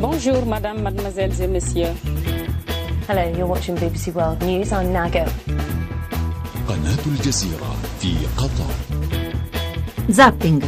Bonjour, madame, mademoiselles et messieurs. Hello, you're watching BBC World News. I'm Nago. قناة الجزيرة في قطر. Zapping.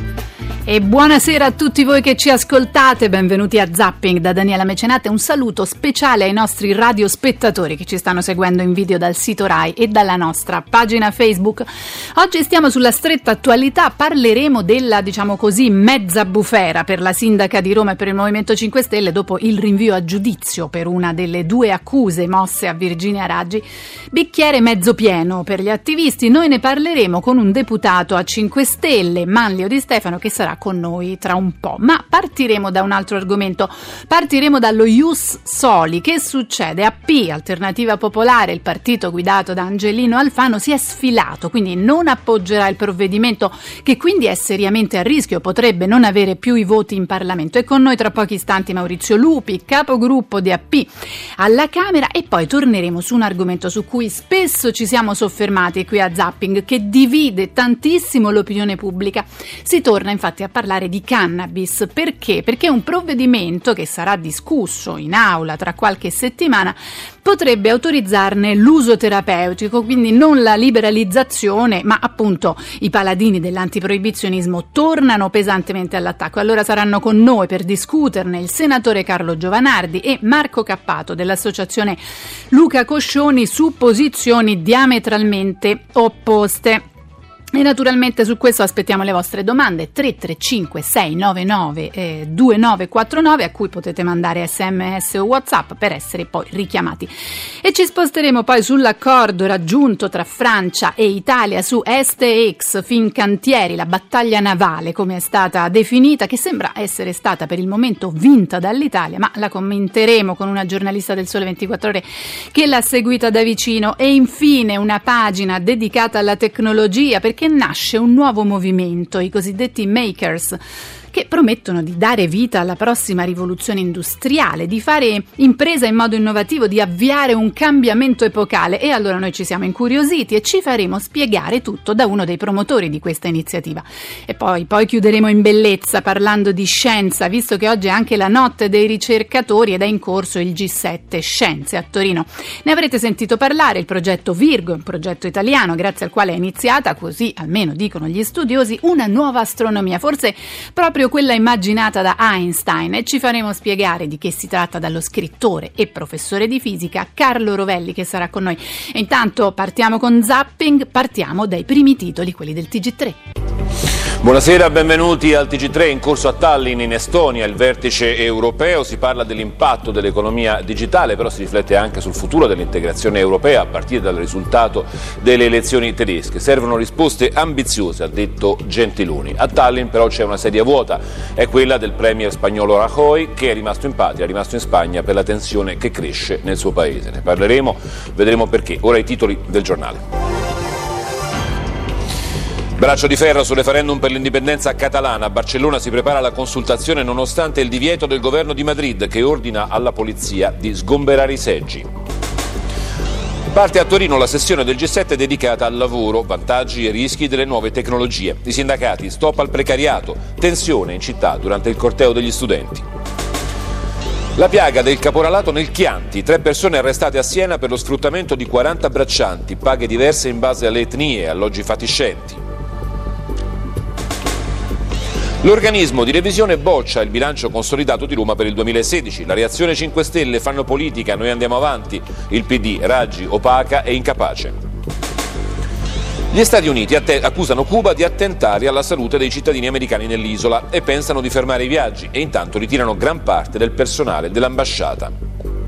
E buonasera a tutti voi che ci ascoltate, benvenuti a Zapping da Daniela Mecenate. Un saluto speciale ai nostri radiospettatori che ci stanno seguendo in video dal sito Rai e dalla nostra pagina Facebook. Oggi stiamo sulla stretta attualità, parleremo della, diciamo così, mezza bufera per la sindaca di Roma e per il Movimento 5 Stelle dopo il rinvio a giudizio per una delle due accuse mosse a Virginia Raggi. Bicchiere mezzo pieno per gli attivisti. Noi ne parleremo con un deputato a 5 Stelle, Manlio Di Stefano, che sarà con noi tra un po', ma partiremo da un altro argomento. Partiremo dallo Ius Soli. Che succede? AP, Alternativa Popolare, il partito guidato da Angelino Alfano, si è sfilato, quindi non appoggerà il provvedimento, che quindi è seriamente a rischio, potrebbe non avere più i voti in Parlamento. E con noi tra pochi istanti Maurizio Lupi, capogruppo di AP alla Camera, e poi torneremo su un argomento su cui spesso ci siamo soffermati qui a Zapping, che divide tantissimo l'opinione pubblica. Si torna infatti a parlare di cannabis. Perché? Perché un provvedimento che sarà discusso in aula tra qualche settimana potrebbe autorizzarne l'uso terapeutico, quindi non la liberalizzazione, ma appunto i paladini dell'antiproibizionismo tornano pesantemente all'attacco. Allora saranno con noi per discuterne il senatore Carlo Giovanardi e Marco Cappato dell'associazione Luca Coscioni, su posizioni diametralmente opposte. E naturalmente su questo aspettiamo le vostre domande. 335 699 2949, a cui potete mandare SMS o WhatsApp per essere poi richiamati. E ci sposteremo poi sull'accordo raggiunto tra Francia e Italia su STX Fincantieri, la battaglia navale come è stata definita, che sembra essere stata per il momento vinta dall'Italia, ma la commenteremo con una giornalista del Sole 24 Ore che l'ha seguita da vicino. E infine una pagina dedicata alla tecnologia, perché nasce un nuovo movimento, i cosiddetti makers, che promettono di dare vita alla prossima rivoluzione industriale, di fare impresa in modo innovativo, di avviare un cambiamento epocale. E allora noi ci siamo incuriositi e ci faremo spiegare tutto da uno dei promotori di questa iniziativa. E poi chiuderemo in bellezza parlando di scienza, visto che oggi è anche la notte dei ricercatori ed è in corso il G7 Scienze a Torino. Ne avrete sentito parlare, il progetto Virgo, un progetto italiano grazie al quale è iniziata, così almeno dicono gli studiosi, una nuova astronomia, forse proprio quella immaginata da Einstein, e ci faremo spiegare di che si tratta dallo scrittore e professore di fisica Carlo Rovelli, che sarà con noi. E intanto partiamo con Zapping, partiamo dai primi titoli, quelli del TG3. Buonasera, benvenuti al TG3. In corso a Tallinn in Estonia il vertice europeo, si parla dell'impatto dell'economia digitale, però si riflette anche sul futuro dell'integrazione europea a partire dal risultato delle elezioni tedesche. Servono risposte ambiziose, ha detto Gentiloni. A Tallinn però c'è una sedia vuota, è quella del premier spagnolo Rajoy, che è rimasto in patria, è rimasto in Spagna per la tensione che cresce nel suo paese. Ne parleremo, vedremo perché. Ora i titoli del giornale. Braccio di ferro sul referendum per l'indipendenza catalana. A Barcellona si prepara la consultazione nonostante il divieto del governo di Madrid, che ordina alla polizia di sgomberare i seggi. Parte a Torino la sessione del G7 dedicata al lavoro, vantaggi e rischi delle nuove tecnologie. I sindacati, stop al precariato, tensione in città durante il corteo degli studenti. La piaga del caporalato nel Chianti, 3 persone arrestate a Siena per lo sfruttamento di 40 braccianti, paghe diverse in base alle etnie e alloggi fatiscenti. L'organismo di revisione boccia il bilancio consolidato di Roma per il 2016. La reazione 5 Stelle, fanno politica, noi andiamo avanti. Il PD, Raggi, opaca e incapace. Gli Stati Uniti accusano Cuba di attentare alla salute dei cittadini americani nell'isola e pensano di fermare i viaggi, e intanto ritirano gran parte del personale dell'ambasciata.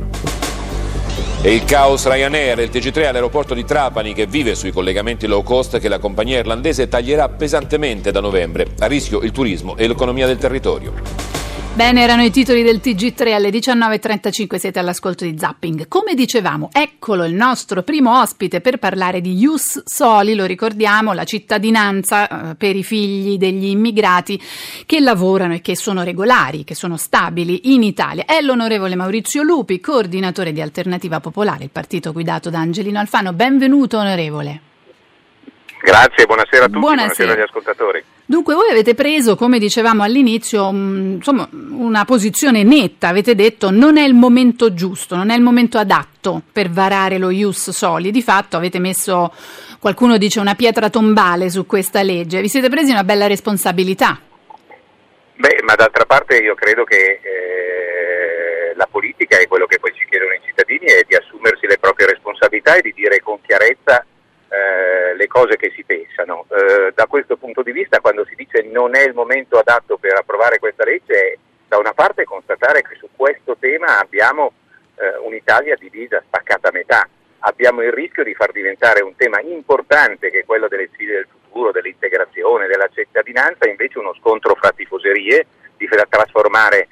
E il caos Ryanair, il TG3 all'aeroporto di Trapani, che vive sui collegamenti low cost che la compagnia irlandese taglierà pesantemente da novembre. A rischio il turismo e l'economia del territorio. Bene, erano i titoli del TG3 alle 19.35, siete all'ascolto di Zapping. Come dicevamo, eccolo il nostro primo ospite per parlare di Ius Soli, lo ricordiamo, la cittadinanza per i figli degli immigrati che lavorano e che sono regolari, che sono stabili in Italia. È l'onorevole Maurizio Lupi, coordinatore di Alternativa Popolare, il partito guidato da Angelino Alfano. Benvenuto, onorevole. Grazie, buonasera a tutti, buonasera agli ascoltatori. Dunque voi avete preso, come dicevamo all'inizio, insomma, una posizione netta, avete detto non è il momento giusto, non è il momento adatto per varare lo ius soli, di fatto avete messo, qualcuno dice, una pietra tombale su questa legge, vi siete presi una bella responsabilità. Beh, ma d'altra parte io credo che la politica e quello che poi ci chiedono i cittadini è di assumersi le proprie responsabilità e di dire con chiarezza le cose che si pensano. Da questo punto di vista, quando si dice non è il momento adatto per approvare questa legge, è da una parte constatare che su questo tema abbiamo un'Italia divisa, spaccata a metà. Abbiamo il rischio di far diventare un tema importante, che è quello delle sfide del futuro, dell'integrazione, della cittadinanza, invece uno scontro fra tifoserie, di trasformare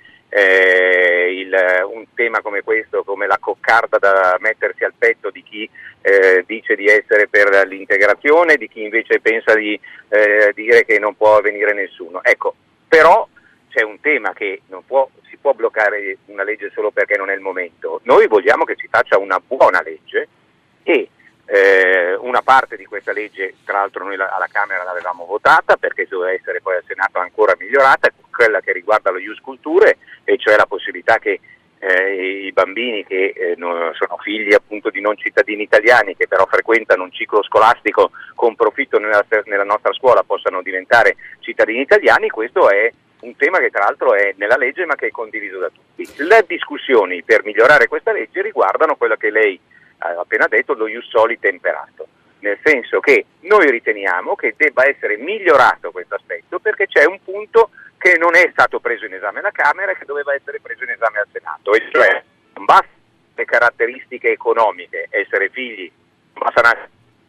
un tema come questo come la coccarda da mettersi al petto di chi dice di essere per l'integrazione, di chi invece pensa di dire che non può venire nessuno. Ecco, però c'è un tema che si può bloccare una legge solo perché non è il momento. Noi vogliamo che si faccia una buona legge e una parte di questa legge, tra l'altro noi alla Camera l'avevamo votata perché doveva essere poi al Senato ancora migliorata, quella che riguarda lo ius culturae, e cioè la possibilità che i bambini che sono figli appunto di non cittadini italiani, che però frequentano un ciclo scolastico con profitto nella nostra scuola, possano diventare cittadini italiani. Questo è un tema che tra l'altro è nella legge ma che è condiviso da tutti. Le discussioni per migliorare questa legge riguardano quello che lei ha appena detto, lo ius soli temperato, nel senso che noi riteniamo che debba essere migliorato questo aspetto perché c'è un punto che non è stato preso in esame alla Camera e che doveva essere preso in esame al Senato, e cioè non basta le caratteristiche economiche, essere figli, non basta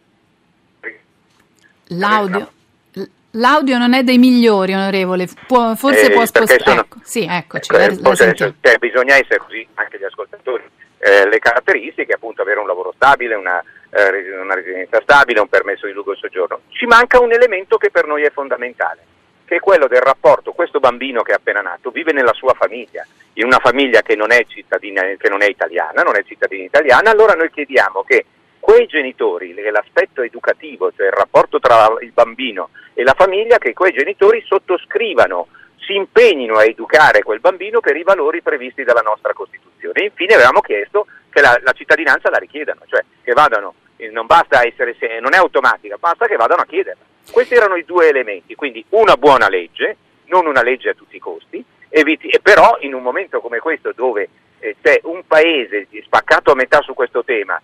L'audio non è dei migliori, onorevole, forse può spostare. Bisogna essere così, anche gli ascoltatori, le caratteristiche, appunto avere un lavoro stabile, una residenza stabile, un permesso di lungo soggiorno. Ci manca un elemento che per noi è fondamentale, che è quello del rapporto. Questo bambino che è appena nato vive nella sua famiglia, in una famiglia che non è cittadina, che non è italiana, non è cittadina italiana. Allora noi chiediamo che quei genitori, l'aspetto educativo, cioè il rapporto tra il bambino e la famiglia, che quei genitori sottoscrivano, si impegnino a educare quel bambino per i valori previsti dalla nostra Costituzione. E infine avevamo chiesto che la cittadinanza la richiedano, cioè che vadano, non basta essere, non è automatica, basta che vadano a chiederla. Questi erano i due elementi, quindi una buona legge, non una legge a tutti i costi, però in un momento come questo dove c'è un paese spaccato a metà su questo tema,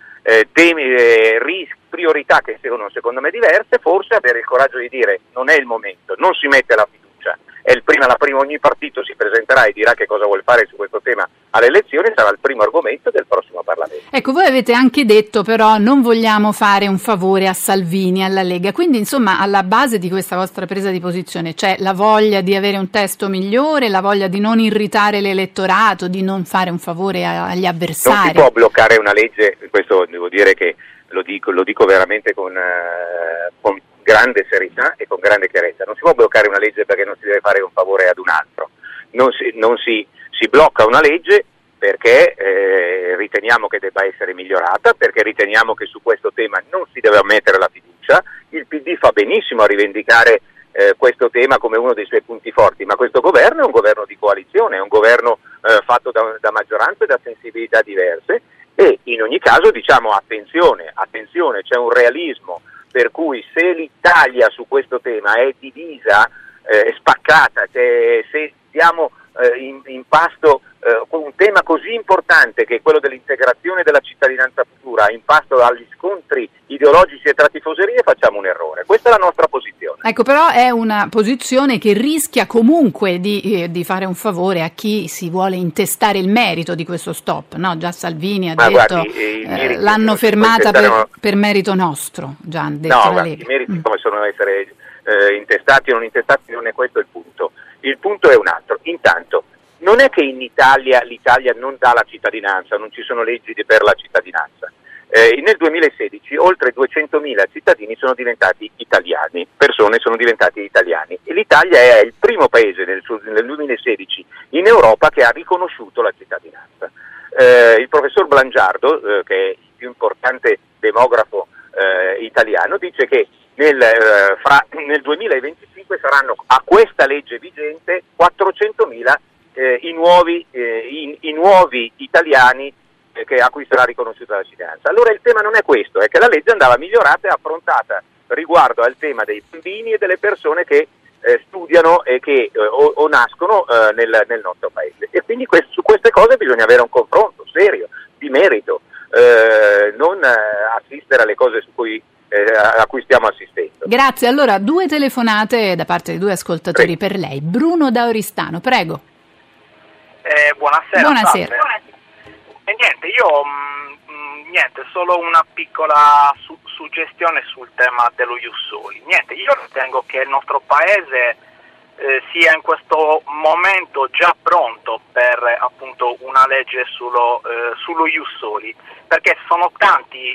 priorità che sono secondo me diverse, forse avere il coraggio di dire non è il momento, non si mette la fiducia. Ogni partito si presenterà e dirà che cosa vuole fare su questo tema alle elezioni, sarà il primo argomento del prossimo Parlamento. Ecco, voi avete anche detto però non vogliamo fare un favore a Salvini, alla Lega, quindi insomma alla base di questa vostra presa di posizione c'è la voglia di avere un testo migliore, la voglia di non irritare l'elettorato, di non fare un favore agli avversari. Non si può bloccare una legge, questo devo dire che lo dico veramente con grande serietà e con grande chiarezza. Non si può bloccare una legge perché non si deve fare un favore ad un altro. Non si blocca una legge perché riteniamo che debba essere migliorata, perché riteniamo che su questo tema non si deve mettere la fiducia. Il PD fa benissimo a rivendicare questo tema come uno dei suoi punti forti, ma questo governo è un governo di coalizione, è un governo fatto da maggioranze e da sensibilità diverse, e in ogni caso diciamo attenzione, c'è un realismo per cui se l'Italia su questo tema è divisa, spaccata, se diamo in pasto un tema così importante che è quello dell'integrazione della cittadinanza futura in pasto agli scontri ideologici e tra tifoserie, facciamo un errore. Questa è la nostra posizione. Ecco, però è una posizione che rischia comunque di fare un favore a chi si vuole intestare il merito di questo stop, no? Già Salvini ha detto l'hanno fermata per merito nostro, già ha detto la Lega. I meriti come sono essere intestati o non intestati non è questo il punto. Il punto è un altro. Intanto non è che in Italia l'Italia non dà la cittadinanza, non ci sono leggi per la cittadinanza. Nel 2016 oltre 200.000 cittadini sono diventati italiani, persone sono diventati italiani, e l'Italia è il primo paese nel 2016 in Europa che ha riconosciuto la cittadinanza. Il professor Blangiardo, che è il più importante demografo italiano, dice che nel 2025 saranno a questa legge vigente 400.000 i nuovi italiani a cui sarà riconosciuta la cittadinanza. Allora il tema non è questo, è che la legge andava migliorata e affrontata riguardo al tema dei bambini e delle persone che studiano e che o nascono nel nostro paese. E quindi su queste cose bisogna avere un confronto serio, di merito, non assistere alle cose a cui stiamo assistendo. Grazie. Allora, 2 telefonate da parte di 2 ascoltatori per lei. Bruno da Oristano, prego. Buonasera. Buonasera. E niente, io solo una piccola suggestione sul tema dello ius soli. Niente, io ritengo che il nostro paese sia in questo momento già pronto per appunto una legge sullo ius soli, perché sono tanti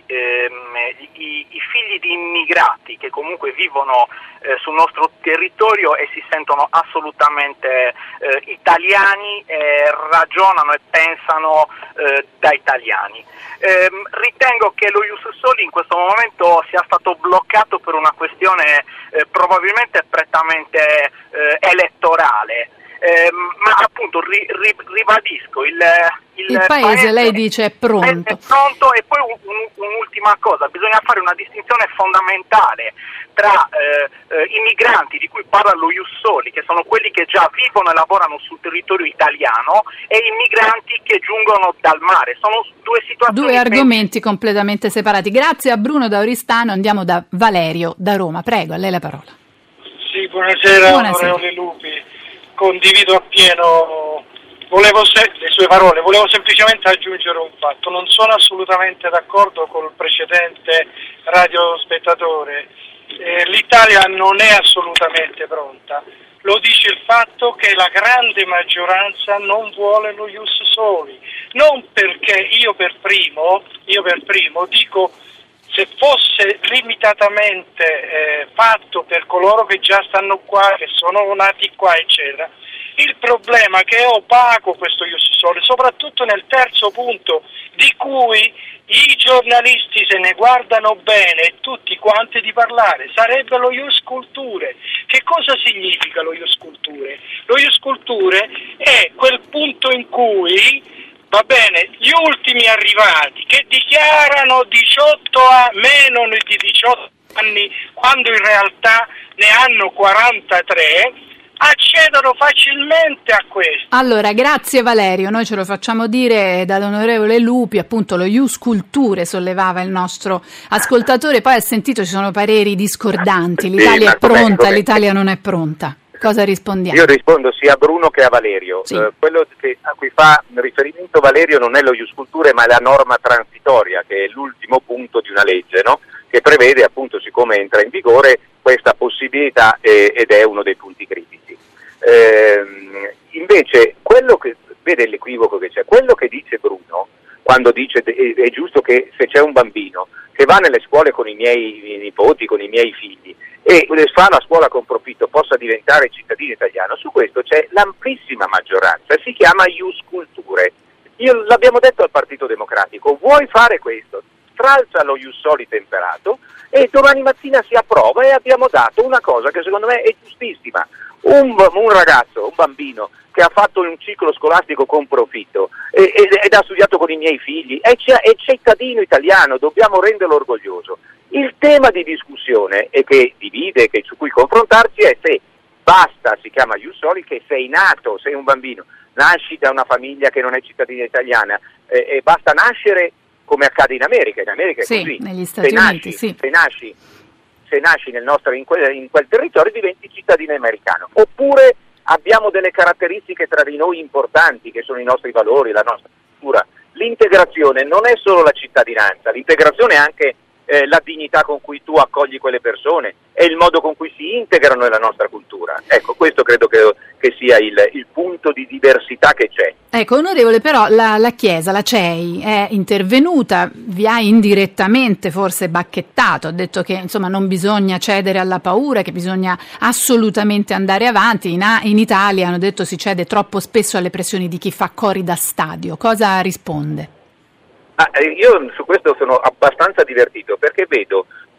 i figli di immigrati che comunque vivono sul nostro territorio e si sentono assolutamente italiani, ragionano e pensano da italiani. Ritengo che lo ius soli in questo momento sia stato bloccato per una questione probabilmente prettamente elettorale, ma appunto ribadisco il paese, lei dice, è pronto. È pronto. E poi un'ultima cosa, bisogna fare una distinzione fondamentale tra i migranti di cui parla lo ius soli, che sono quelli che già vivono e lavorano sul territorio italiano, e i migranti che giungono dal mare. Sono due situazioni, 2 argomenti completamente separati. Grazie a Bruno da Oristano. Andiamo da Valerio da Roma, prego, a lei la parola. Sì, buonasera. Onorevole Lupi, condivido appieno le sue parole. Volevo semplicemente aggiungere un fatto: non sono assolutamente d'accordo col precedente radiospettatore. L'Italia non è assolutamente pronta, lo dice il fatto che la grande maggioranza non vuole lo ius soli, non perché io per primo dico, se fosse limitatamente fatto per coloro che già stanno qua, che sono nati qua, eccetera. Il problema è che è opaco questo ius soli, soprattutto nel terzo punto, di cui i giornalisti se ne guardano bene tutti quanti di parlare, sarebbe lo ius culturae. Che cosa significa lo ius culturae? Lo ius culturae è quel punto in cui, va bene, gli ultimi arrivati che dichiarano meno di 18 anni quando in realtà ne hanno 43, accedono facilmente a questo. Allora, grazie Valerio, noi ce lo facciamo dire dall'onorevole Lupi, appunto lo ius culturae sollevava il nostro ascoltatore, poi ha sentito ci sono pareri discordanti, l'Italia è pronta, l'Italia non è pronta. Cosa rispondiamo? Io rispondo sia a Bruno che a Valerio. Sì. Quello a cui fa riferimento Valerio non è lo ius culturae, ma è la norma transitoria, che è l'ultimo punto di una legge, no? Che prevede, appunto, siccome entra in vigore, questa possibilità ed è uno dei punti critici. Invece, quello che vede l'equivoco che c'è, quello che dice Bruno, quando dice è giusto che se c'è un bambino che va nelle scuole con i miei nipoti, con i miei figli, e fa la scuola con profitto, possa diventare cittadino italiano, su questo c'è l'amplissima maggioranza, si chiama ius culturae. L'abbiamo detto al Partito Democratico, vuoi fare questo? Stralcia lo ius soli temperato e domani mattina si approva, e abbiamo dato una cosa che secondo me è giustissima. Un ragazzo, un bambino che ha fatto un ciclo scolastico con profitto ed ha studiato con i miei figli, è cittadino italiano, dobbiamo renderlo orgoglioso. Il tema di discussione e che divide, su cui confrontarsi, è se basta, si chiama ius soli, che sei nato, sei un bambino, nasci da una famiglia che non è cittadina italiana, e basta nascere come accade in America è sì, così. Negli Stati Uniti, sì. Se nasci in quel territorio diventi cittadino americano. Oppure abbiamo delle caratteristiche tra di noi importanti, che sono i nostri valori, la nostra cultura. L'integrazione non è solo la cittadinanza, l'integrazione è anche la dignità con cui tu accogli quelle persone e il modo con cui si integrano nella nostra cultura. Ecco, questo credo che sia il punto di diversità che c'è. Ecco, onorevole, però la Chiesa, la CEI, è intervenuta, vi ha indirettamente forse bacchettato, ha detto che insomma non bisogna cedere alla paura, che bisogna assolutamente andare avanti. In Italia hanno detto si cede troppo spesso alle pressioni di chi fa cori da stadio. Cosa risponde? Io su questo sono abbastanza divertito, perché vedo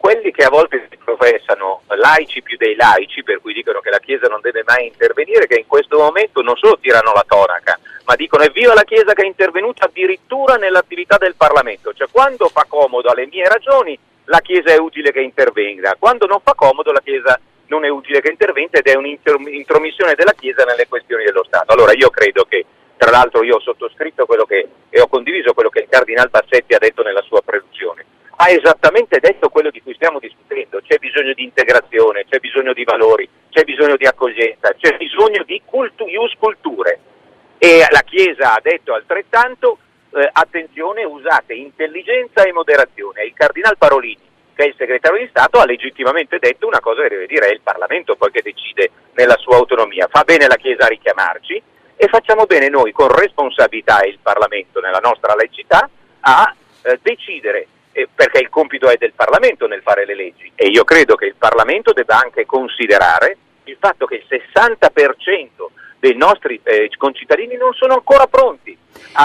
quelli che a volte si professano laici più dei laici, per cui dicono che la Chiesa non deve mai intervenire, che in questo momento non solo tirano la tonaca, ma dicono evviva la Chiesa che è intervenuta addirittura nell'attività del Parlamento, cioè quando fa comodo alle mie ragioni la Chiesa è utile che intervenga, quando non fa comodo la Chiesa non è utile che intervenga ed è un'intromissione della Chiesa nelle questioni dello Stato. Allora io credo che, tra l'altro io ho sottoscritto e ho condiviso quello che il Cardinal Bassetti ha detto nella sua preluzione, ha esattamente detto quello di cui stiamo discutendo, c'è bisogno di integrazione, c'è bisogno di valori, c'è bisogno di accoglienza, c'è bisogno di ius culture. E la Chiesa ha detto altrettanto, attenzione, usate intelligenza e moderazione. Il Cardinal Parolin, che è il segretario di Stato, ha legittimamente detto una cosa che deve dire, è il Parlamento poi che decide nella sua autonomia. Fa bene la Chiesa a richiamarci e facciamo bene noi con responsabilità, e il Parlamento nella nostra laicità, a decidere, perché il compito è del Parlamento nel fare le leggi, e io credo che il Parlamento debba anche considerare il fatto che il 60% dei nostri concittadini non sono ancora pronti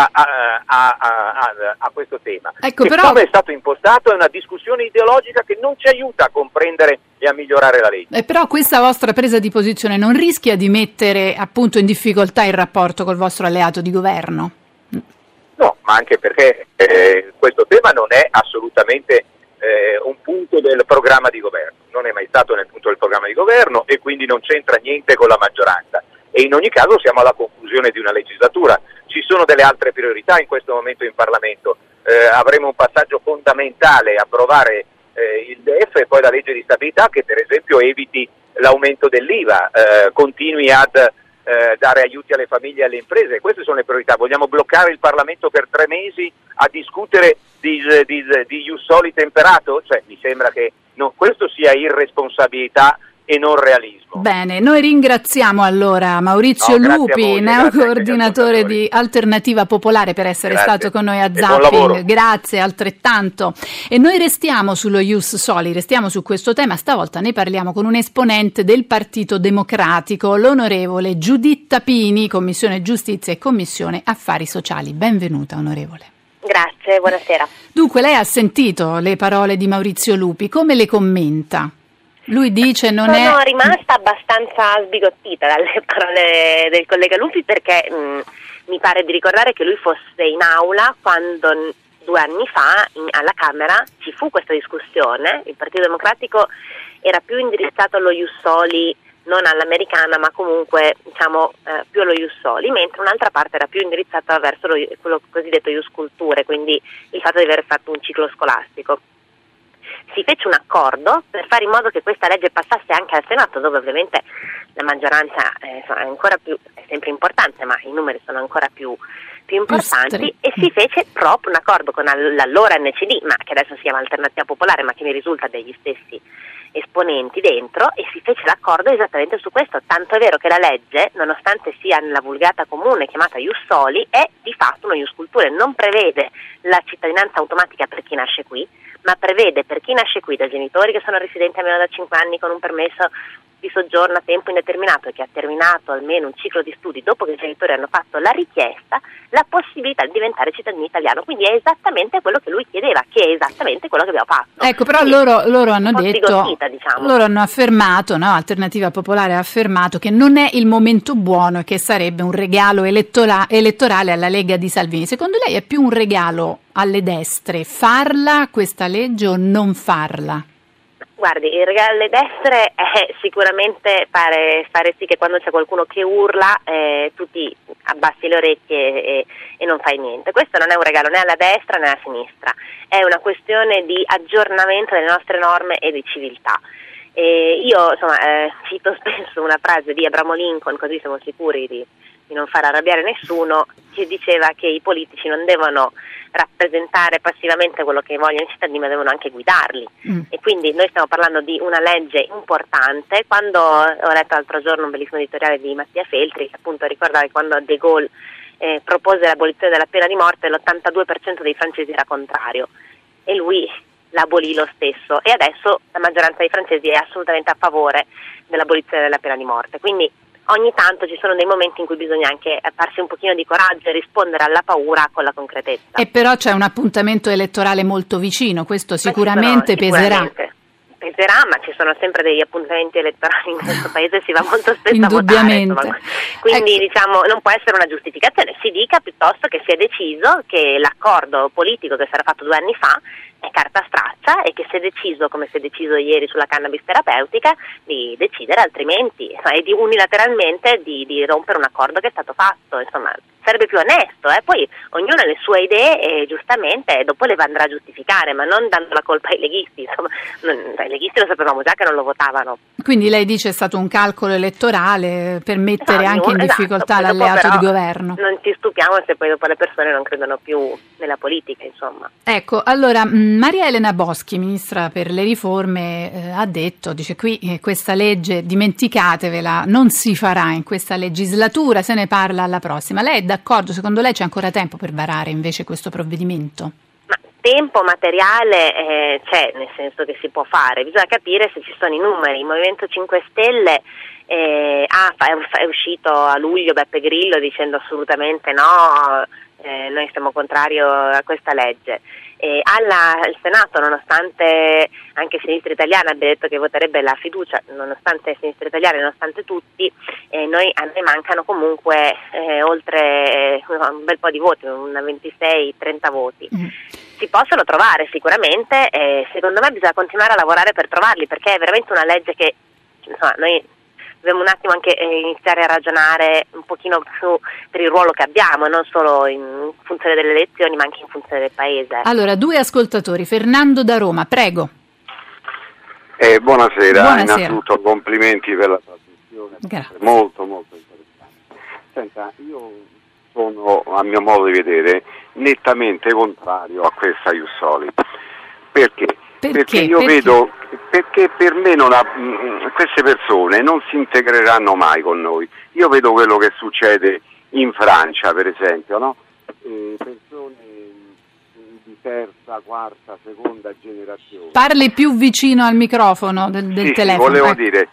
a questo tema. Ecco, però, come è stato impostato è una discussione ideologica che non ci aiuta a comprendere e a migliorare la legge. Però questa vostra presa di posizione non rischia di mettere appunto in difficoltà il rapporto col vostro alleato di governo? No, ma anche perché questo tema non è assolutamente un punto del programma di governo, non è mai stato nel punto del programma di governo e quindi non c'entra niente con la maggioranza. E in ogni caso siamo alla conclusione di una legislatura, ci sono delle altre priorità in questo momento in Parlamento, avremo un passaggio fondamentale, approvare il DEF e poi la legge di stabilità che per esempio eviti l'aumento dell'IVA, continui ad dare aiuti alle famiglie e alle imprese. Queste sono le priorità. Vogliamo bloccare il Parlamento per 3 mesi a discutere di ius soli temperato? Cioè, mi sembra che questo sia irresponsabilità e non realismo. Bene, noi ringraziamo allora Maurizio Lupi, neocoordinatore di Alternativa Popolare, per essere stato con noi a Zapping. Grazie, altrettanto. E noi restiamo sullo ius soli, restiamo su questo tema, stavolta ne parliamo con un esponente del Partito Democratico, l'onorevole Giuditta Pini, Commissione Giustizia e Commissione Affari Sociali. Benvenuta, onorevole. Grazie, buonasera. Dunque, lei ha sentito le parole di Maurizio Lupi, come le commenta? Lui dice Sono rimasta abbastanza sbigottita dalle parole del collega Lupi perché mi pare di ricordare che lui fosse in aula quando 2 anni fa alla Camera ci fu questa discussione. Il Partito Democratico era più indirizzato allo ius soli, non all'americana, ma comunque diciamo più allo ius soli, mentre un'altra parte era più indirizzata verso quello cosiddetto ius culture, quindi il fatto di aver fatto un ciclo scolastico. Si fece un accordo per fare in modo che questa legge passasse anche al Senato, dove ovviamente la maggioranza è ancora più, è sempre importante, ma i numeri sono ancora più importanti, e si fece proprio un accordo con l'allora NCD, ma che adesso si chiama Alternativa Popolare, ma che mi risulta degli stessi esponenti dentro, e si fece l'accordo esattamente su questo, tanto è vero che la legge, nonostante sia nella vulgata comune chiamata ius soli, è di fatto una ius culture, non prevede la cittadinanza automatica per chi nasce qui, ma prevede per chi nasce qui da genitori che sono residenti almeno da 5 anni con un permesso di soggiorno a tempo indeterminato e che ha terminato almeno un ciclo di studi dopo che i genitori hanno fatto la richiesta, la possibilità di diventare cittadino italiano. Quindi è esattamente quello che lui chiedeva, che è esattamente quello che abbiamo fatto. Ecco, però loro hanno detto, diciamo. Loro hanno affermato, no? Alternativa Popolare ha affermato che non è il momento buono e che sarebbe un regalo elettorale alla Lega di Salvini. Secondo lei è più un regalo alle destre farla questa legge o non farla? Guardi, il regalo alle destre è sicuramente fare sì che quando c'è qualcuno che urla tu ti abbassi le orecchie e non fai niente. Questo non è un regalo né alla destra né alla sinistra, è una questione di aggiornamento delle nostre norme e di civiltà. Io cito spesso una frase di Abramo Lincoln, così siamo sicuri di non far arrabbiare nessuno, che diceva che i politici non devono rappresentare passivamente quello che vogliono i cittadini, ma devono anche guidarli. E quindi noi stiamo parlando di una legge importante. Quando ho letto l'altro giorno un bellissimo editoriale di Mattia Feltri che appunto ricordava che quando De Gaulle propose l'abolizione della pena di morte, l'82% dei francesi era contrario e lui l'abolì lo stesso, e adesso la maggioranza dei francesi è assolutamente a favore dell'abolizione della pena di morte. Quindi ogni tanto ci sono dei momenti in cui bisogna anche farsi un pochino di coraggio e rispondere alla paura con la concretezza. E però c'è un appuntamento elettorale molto vicino, questo sicuramente peserà. peserà, ma ci sono sempre degli appuntamenti elettorali in questo paese, si va molto spesso indubbiamente a votare, quindi diciamo non può essere una giustificazione, si dica piuttosto che si è deciso che l'accordo politico che sarà fatto 2 anni fa è carta straccia e che si è deciso, come si è deciso ieri sulla cannabis terapeutica, di decidere altrimenti e di unilateralmente di rompere un accordo che è stato fatto, insomma sarebbe più onesto, poi ognuno ha le sue idee e giustamente dopo le andrà a giustificare, ma non dando la colpa ai leghisti, insomma i leghisti lo sapevamo già che non lo votavano. Quindi lei dice è stato un calcolo elettorale per mettere anche in difficoltà l'alleato di governo. Non ci stupiamo se poi dopo le persone non credono più nella politica, insomma. Ecco, allora Maria Elena Boschi, ministra per le riforme, ha detto, dice qui questa legge dimenticatevela, non si farà in questa legislatura, se ne parla alla prossima. Lei è d'accordo? Secondo lei c'è ancora tempo per varare invece questo provvedimento? Ma tempo materiale c'è, nel senso che si può fare, bisogna capire se ci sono i numeri. Il Movimento 5 Stelle è uscito a luglio Beppe Grillo dicendo assolutamente no, noi siamo contrario a questa legge. Il Senato, nonostante anche Sinistra Italiana abbia detto che voterebbe la fiducia, nonostante Sinistra Italiana, nonostante tutti, a noi mancano comunque oltre un bel po' di voti, una 26-30 voti. Si possono trovare sicuramente, secondo me bisogna continuare a lavorare per trovarli, perché è veramente una legge che insomma noi dobbiamo un attimo anche iniziare a ragionare un pochino più per il ruolo che abbiamo, non solo in funzione delle elezioni ma anche in funzione del paese. Allora, 2 ascoltatori, Fernando da Roma, prego. Buonasera, innanzitutto complimenti per la trasmissione, molto molto interessante. Senta, io sono, a mio modo di vedere, nettamente contrario a questa Ius Soli. Perché vedo, perché per me queste persone non si integreranno mai con noi. Io vedo quello che succede in Francia, per esempio, no? Persone di terza, quarta, seconda generazione. Parli più vicino al microfono del telefono. Sì, volevo dire,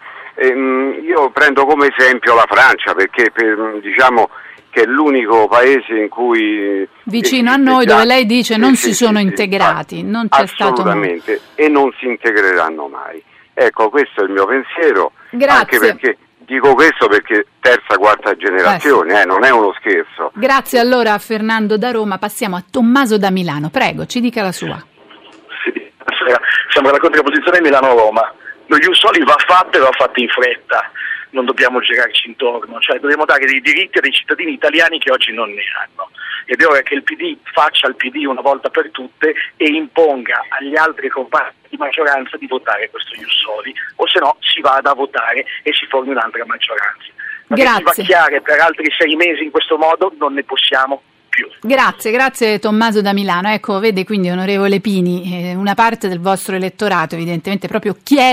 io prendo come esempio la Francia, perché diciamo che è l'unico paese in cui vicino a noi dove lei dice non si sono integrati, non c'è stato assolutamente, e non si integreranno mai. Ecco, questo è il mio pensiero. Grazie. Anche perché dico questo perché terza, quarta generazione, non è uno scherzo. Grazie allora a Fernando da Roma, passiamo a Tommaso da Milano, prego, ci dica la sua. Sì, siamo nella contrapposizione Milano-Roma. Lo Ius Soli va fatto e va fatto in fretta. Non dobbiamo girarci intorno, cioè dobbiamo dare dei diritti a dei cittadini italiani che oggi non ne hanno. E è ora che il PD faccia il PD una volta per tutte e imponga agli altri compagni di maggioranza di votare questo Ius Soli, o se no si vada a votare e si formi un'altra maggioranza. Ma grazie. Che si vacchiare per altri 6 mesi in questo modo non ne possiamo più. Grazie Tommaso da Milano. Ecco, vede quindi onorevole Pini, una parte del vostro elettorato evidentemente proprio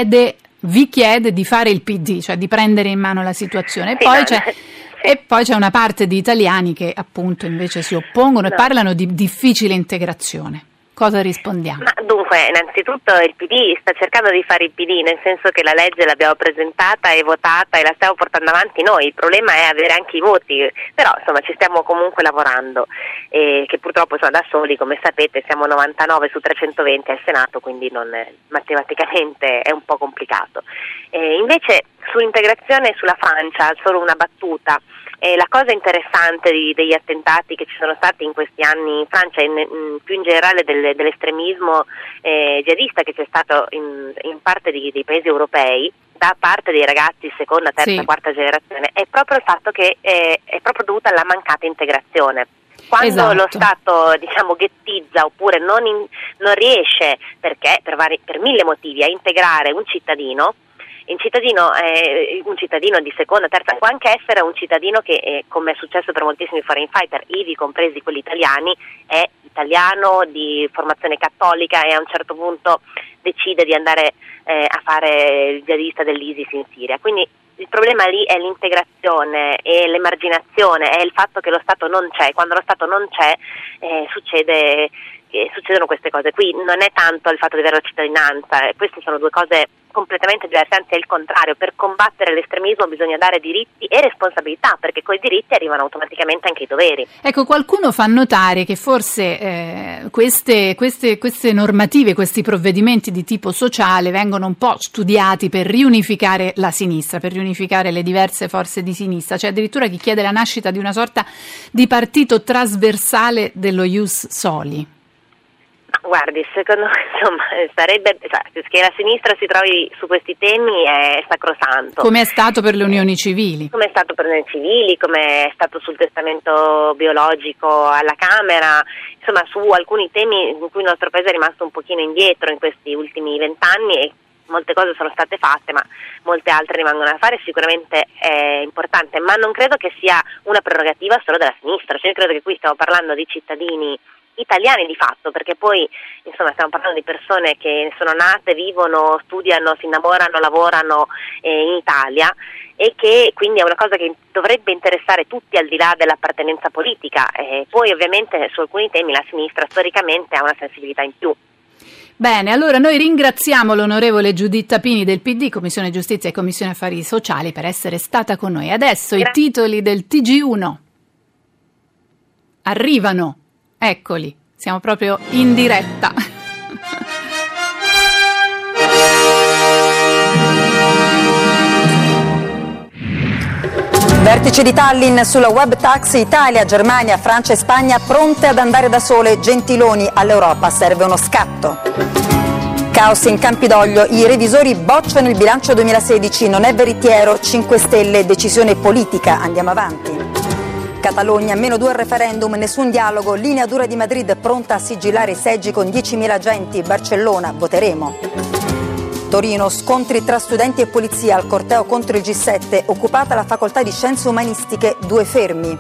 vi chiede di fare il PD, cioè di prendere in mano la situazione. E poi c'è una parte di italiani che appunto invece si oppongono e parlano di difficile integrazione. Cosa rispondiamo? Ma dunque, innanzitutto il PD sta cercando di fare il PD, nel senso che la legge l'abbiamo presentata e votata e la stiamo portando avanti noi. Il problema è avere anche i voti, però insomma ci stiamo comunque lavorando, che purtroppo da soli, come sapete, siamo 99 su 320 al Senato, quindi matematicamente è un po' complicato. Invece sull'integrazione e sulla Francia, solo una battuta. La cosa interessante degli attentati che ci sono stati in questi anni in Francia e più in generale dell'estremismo jihadista che c'è stato in parte dei paesi europei da parte dei ragazzi seconda, terza, quarta generazione è proprio il fatto che è proprio dovuta alla mancata integrazione. Quando lo Stato ghettizza oppure non riesce per 1000 motivi a integrare un cittadino di seconda, terza, può anche essere un cittadino che, come è successo per moltissimi foreign fighter, ivi compresi quelli italiani, è italiano di formazione cattolica e a un certo punto decide di andare a fare il jihadista dell'ISIS in Siria. Quindi il problema lì è l'integrazione e l'emarginazione, è il fatto che lo Stato non c'è. Quando lo Stato non c'è succede succedono queste cose. Qui non è tanto il fatto di avere la cittadinanza, queste sono due cose completamente diverse, anzi è il contrario. Per combattere l'estremismo bisogna dare diritti e responsabilità, perché coi diritti arrivano automaticamente anche i doveri. Ecco, qualcuno fa notare che forse queste normative, questi provvedimenti di tipo sociale vengono un po' studiati per riunificare la sinistra, per riunificare le diverse forze di sinistra. C'è addirittura chi chiede la nascita di una sorta di partito trasversale dello Ius Soli. Guardi, secondo me sarebbe, che la sinistra si trovi su questi temi è sacrosanto. Come è stato per le unioni civili. Come è stato per le unioni civili, come è stato sul testamento biologico alla Camera, insomma su alcuni temi in cui il nostro paese è rimasto un pochino indietro in questi ultimi 20 anni e molte cose sono state fatte, ma molte altre rimangono da fare. Sicuramente è importante, ma non credo che sia una prerogativa solo della sinistra. Cioè, io credo che qui stiamo parlando di cittadini italiani di fatto, perché poi insomma stiamo parlando di persone che sono nate, vivono, studiano, si innamorano, lavorano in Italia, e che quindi è una cosa che dovrebbe interessare tutti al di là dell'appartenenza politica. Poi ovviamente su alcuni temi la sinistra storicamente ha una sensibilità in più. Bene, allora noi ringraziamo l'onorevole Giuditta Pini del PD, Commissione Giustizia e Commissione Affari Sociali, per essere stata con noi. Adesso i titoli del TG1 arrivano. Eccoli, siamo proprio in diretta. Vertice di Tallinn sulla web tax. Italia, Germania, Francia e Spagna pronte ad andare da sole. Gentiloni: all'Europa serve uno scatto. Caos in Campidoglio, i revisori bocciano il bilancio 2016, non è veritiero. 5 Stelle, decisione politica, andiamo avanti. Catalogna, -2 al referendum, nessun dialogo, linea dura di Madrid pronta a sigillare i seggi con 10.000 agenti. Barcellona, voteremo. Torino, scontri tra studenti e polizia al corteo contro il G7, occupata la facoltà di scienze umanistiche, 2 fermi.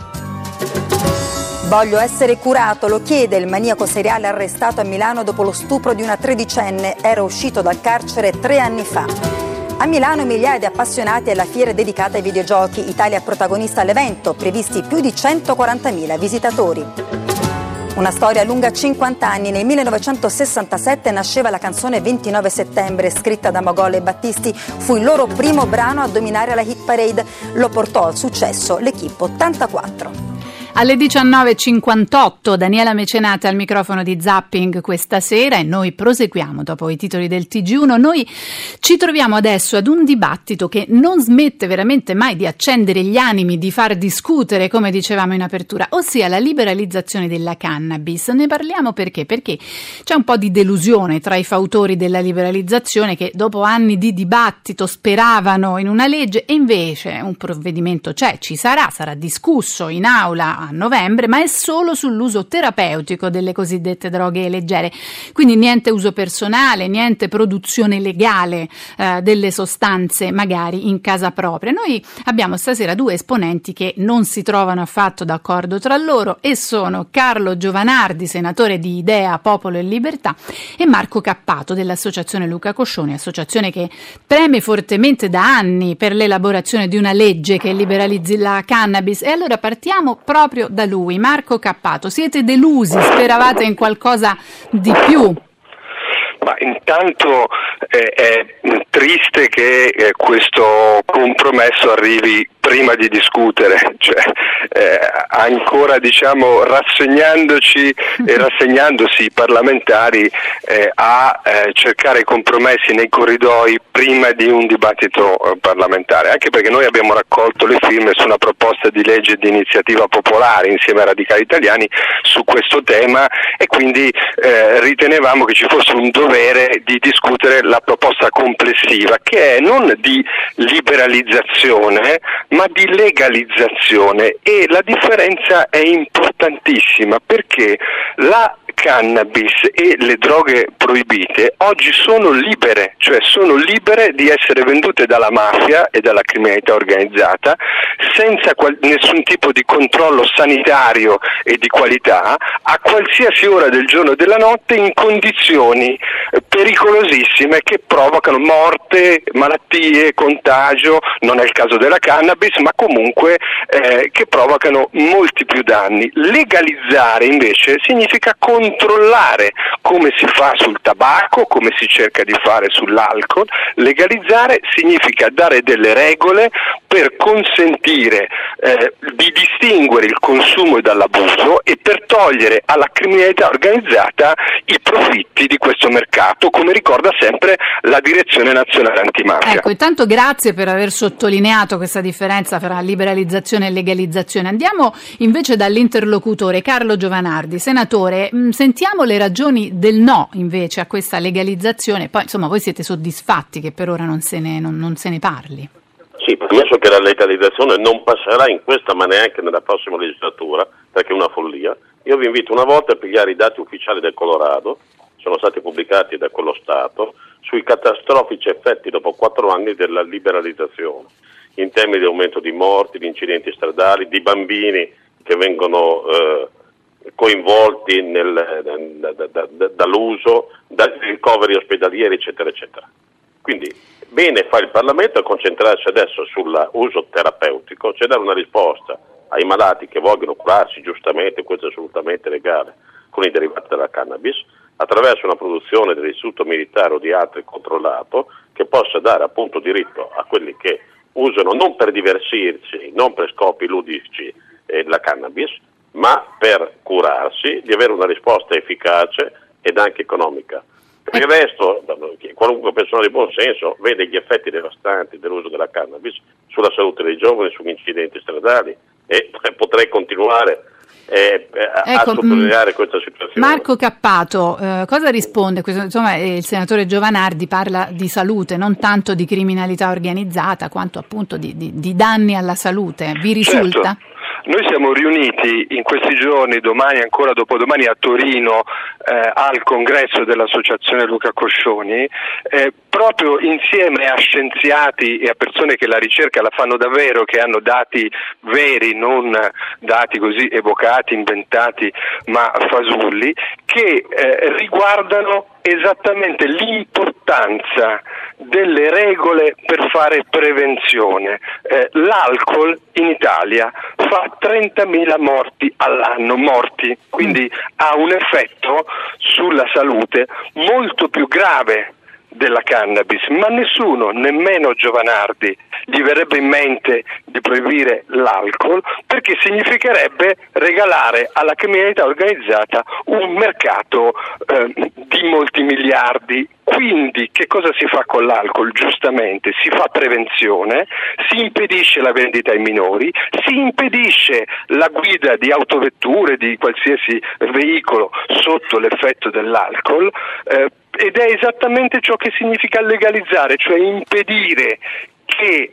Voglio essere curato, lo chiede il maniaco seriale arrestato a Milano dopo lo stupro di una 13enne, era uscito dal carcere 3 anni fa. A Milano migliaia di appassionati alla fiera dedicata ai videogiochi, Italia protagonista all'evento, previsti più di 140.000 visitatori. Una storia lunga 50 anni, nel 1967 nasceva la canzone 29 settembre, scritta da Mogol e Battisti, fu il loro primo brano a dominare la hit parade, lo portò al successo l'Equipe 84. Alle 19.58 Daniela Mecenate al microfono di Zapping questa sera, e noi proseguiamo dopo i titoli del TG1. Noi ci troviamo adesso ad un dibattito che non smette veramente mai di accendere gli animi, di far discutere, come dicevamo in apertura, ossia la liberalizzazione della cannabis. Ne parliamo perché? Perché c'è un po' di delusione tra i fautori della liberalizzazione, che dopo anni di dibattito speravano in una legge, e invece un provvedimento ci sarà discusso in aula a novembre, ma è solo sull'uso terapeutico delle cosiddette droghe leggere, quindi niente uso personale, niente produzione legale delle sostanze magari in casa propria. Noi abbiamo stasera 2 esponenti che non si trovano affatto d'accordo tra loro, e sono Carlo Giovanardi, senatore di Idea, Popolo e Libertà, e Marco Cappato dell'associazione Luca Coscioni, associazione che preme fortemente da anni per l'elaborazione di una legge che liberalizzi la cannabis. E allora partiamo proprio da lui. Marco Cappato, siete delusi? Speravate in qualcosa di più? Ma intanto è triste che questo compromesso arrivi prima di discutere, ancora rassegnandoci e rassegnandosi i parlamentari a cercare compromessi nei corridoi prima di un dibattito parlamentare, anche perché noi abbiamo raccolto le firme su una proposta di legge di iniziativa popolare insieme a Radicali Italiani su questo tema, e quindi ritenevamo che ci fosse un dovere di discutere la proposta complessiva, che è non di liberalizzazione ma di legalizzazione, e la differenza è importantissima perché la cannabis e le droghe proibite oggi sono libere, sono libere di essere vendute dalla mafia e dalla criminalità organizzata senza nessun tipo di controllo sanitario e di qualità, a qualsiasi ora del giorno e della notte in condizioni pericolosissime che provocano morte, malattie, contagio, non è il caso della cannabis, ma comunque che provocano molti più danni. Legalizzare invece significa controllare, come si fa sul tabacco, come si cerca di fare sull'alcol. Legalizzare significa dare delle regole per consentire di distinguere il consumo dall'abuso e per togliere alla criminalità organizzata i profitti di questo mercato, come ricorda sempre la Direzione Nazionale Antimafia. Ecco, intanto grazie per aver sottolineato questa differenza fra liberalizzazione e legalizzazione. Andiamo invece dall'interlocutore Carlo Giovanardi. Senatore, sentiamo le ragioni del no invece a questa legalizzazione, poi insomma voi siete soddisfatti che per ora non se ne parli? Sì, premesso che la legalizzazione non passerà in questa ma neanche nella prossima legislatura, perché è una follia, io vi invito una volta a pigliare i dati ufficiali del Colorado, sono stati pubblicati da quello Stato, sui catastrofici effetti dopo 4 anni della liberalizzazione, in termini di aumento di morti, di incidenti stradali, di bambini che vengono coinvolti dall'uso, dai ricoveri ospedalieri, eccetera, eccetera. Quindi bene fa il Parlamento a concentrarsi adesso sull'uso terapeutico, cioè dare una risposta ai malati che vogliono curarsi giustamente, questo è assolutamente legale, con i derivati della cannabis, attraverso una produzione dell'istituto militare o di altri controllato, che possa dare appunto diritto a quelli che usano non per divertirsi, non per scopi ludici la cannabis, ma per curarsi, di avere una risposta efficace ed anche economica. Per il resto, qualunque persona di buon senso vede gli effetti devastanti dell'uso della cannabis sulla salute dei giovani, sugli incidenti stradali, e potrei continuare a sottolineare questa situazione. Marco Cappato, cosa risponde? Insomma, il senatore Giovanardi parla di salute, non tanto di criminalità organizzata, quanto appunto di danni alla salute. Vi risulta? Certo. Noi siamo riuniti in questi giorni, domani ancora dopodomani a Torino al congresso dell'associazione Luca Coscioni, proprio insieme a scienziati e a persone che la ricerca la fanno davvero, che hanno dati veri, non dati così evocati, inventati, ma fasulli, che riguardano esattamente l'importanza delle regole per fare prevenzione. L'alcol in Italia fa 30.000 morti all'anno, quindi ha un effetto sulla salute molto più grave della cannabis, ma nessuno, nemmeno Giovanardi, gli verrebbe in mente di proibire l'alcol, perché significherebbe regalare alla criminalità organizzata un mercato di molti miliardi. Quindi che cosa si fa con l'alcol? Giustamente si fa prevenzione, si impedisce la vendita ai minori, si impedisce la guida di autovetture, di qualsiasi veicolo sotto l'effetto dell'alcol, ed è esattamente ciò che significa legalizzare, cioè impedire che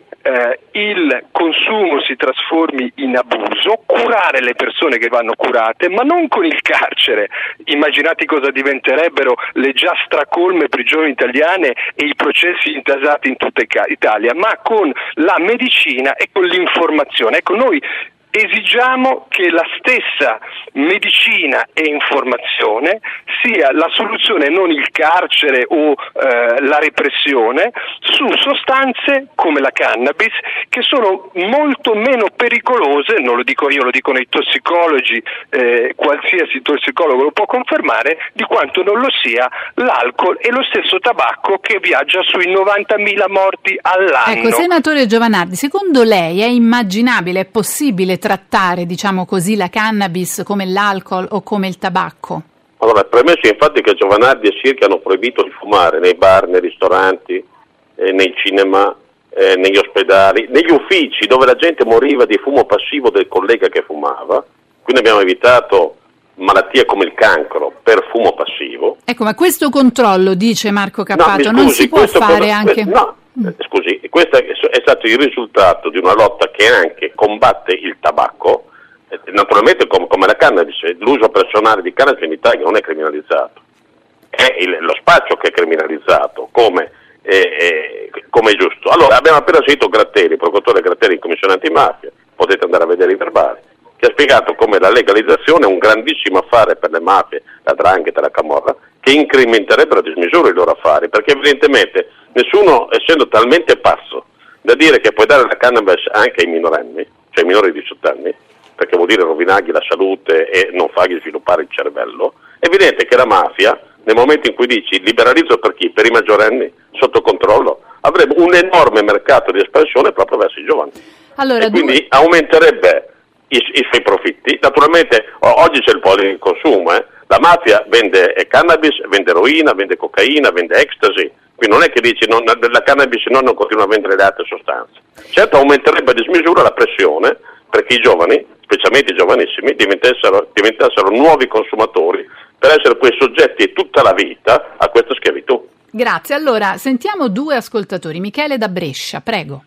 il consumo si trasformi in abuso, curare le persone che vanno curate, ma non con il carcere. Immaginate cosa diventerebbero le già stracolme prigioni italiane e i processi intasati in tutta Italia, ma con la medicina e con l'informazione. Ecco, noi esigiamo che la stessa medicina e informazione sia la soluzione, non il carcere o la repressione, su sostanze come la cannabis, che sono molto meno pericolose, non lo dico io, lo dicono i tossicologi, qualsiasi tossicologo lo può confermare, di quanto non lo sia l'alcol e lo stesso tabacco, che viaggia sui 90.000 morti all'anno. Ecco, senatore Giovanardi, secondo lei è immaginabile, è possibile trattare, diciamo così, la cannabis come l'alcol o come il tabacco? Allora, premesso infatti che Giovanardi e Sirchi hanno proibito di fumare nei bar, nei ristoranti, nei cinema, negli ospedali, negli uffici dove la gente moriva di fumo passivo del collega che fumava, quindi abbiamo evitato malattie come il cancro per fumo passivo. Ecco, ma questo controllo, dice Marco Cappato, non si può fare anche... No, scusi, questo è stato il risultato di una lotta che anche combatte il tabacco, naturalmente come la cannabis. L'uso personale di cannabis in Italia non è criminalizzato, è lo spaccio che è criminalizzato, come è giusto. Allora, abbiamo appena sentito Gratteri, il procuratore Gratteri in Commissione Antimafia, potete andare a vedere i verbali, che ha spiegato come la legalizzazione è un grandissimo affare per le mafie, la 'ndrangheta e la camorra, che incrementerebbero a dismisura i loro affari, perché evidentemente nessuno, essendo talmente pazzo da dire che puoi dare la cannabis anche ai minorenni, cioè ai minori di 18 anni, perché vuol dire rovinargli la salute e non fargli sviluppare il cervello, è evidente che la mafia, nel momento in cui dici liberalizzo per chi? Per i maggiorenni, sotto controllo, avrebbe un enorme mercato di espansione proprio verso i giovani. Allora, e quindi aumenterebbe i suoi profitti. Naturalmente oggi c'è il policonsumo, la mafia vende cannabis, vende eroina, vende cocaina, vende ecstasy, quindi non è che dici la cannabis non continua a vendere le altre sostanze. Certo aumenterebbe a dismisura la pressione perché i giovani, specialmente i giovanissimi, diventassero nuovi consumatori per essere poi soggetti tutta la vita a questa schiavitù. Grazie. Allora, sentiamo due ascoltatori. Michele da Brescia, prego.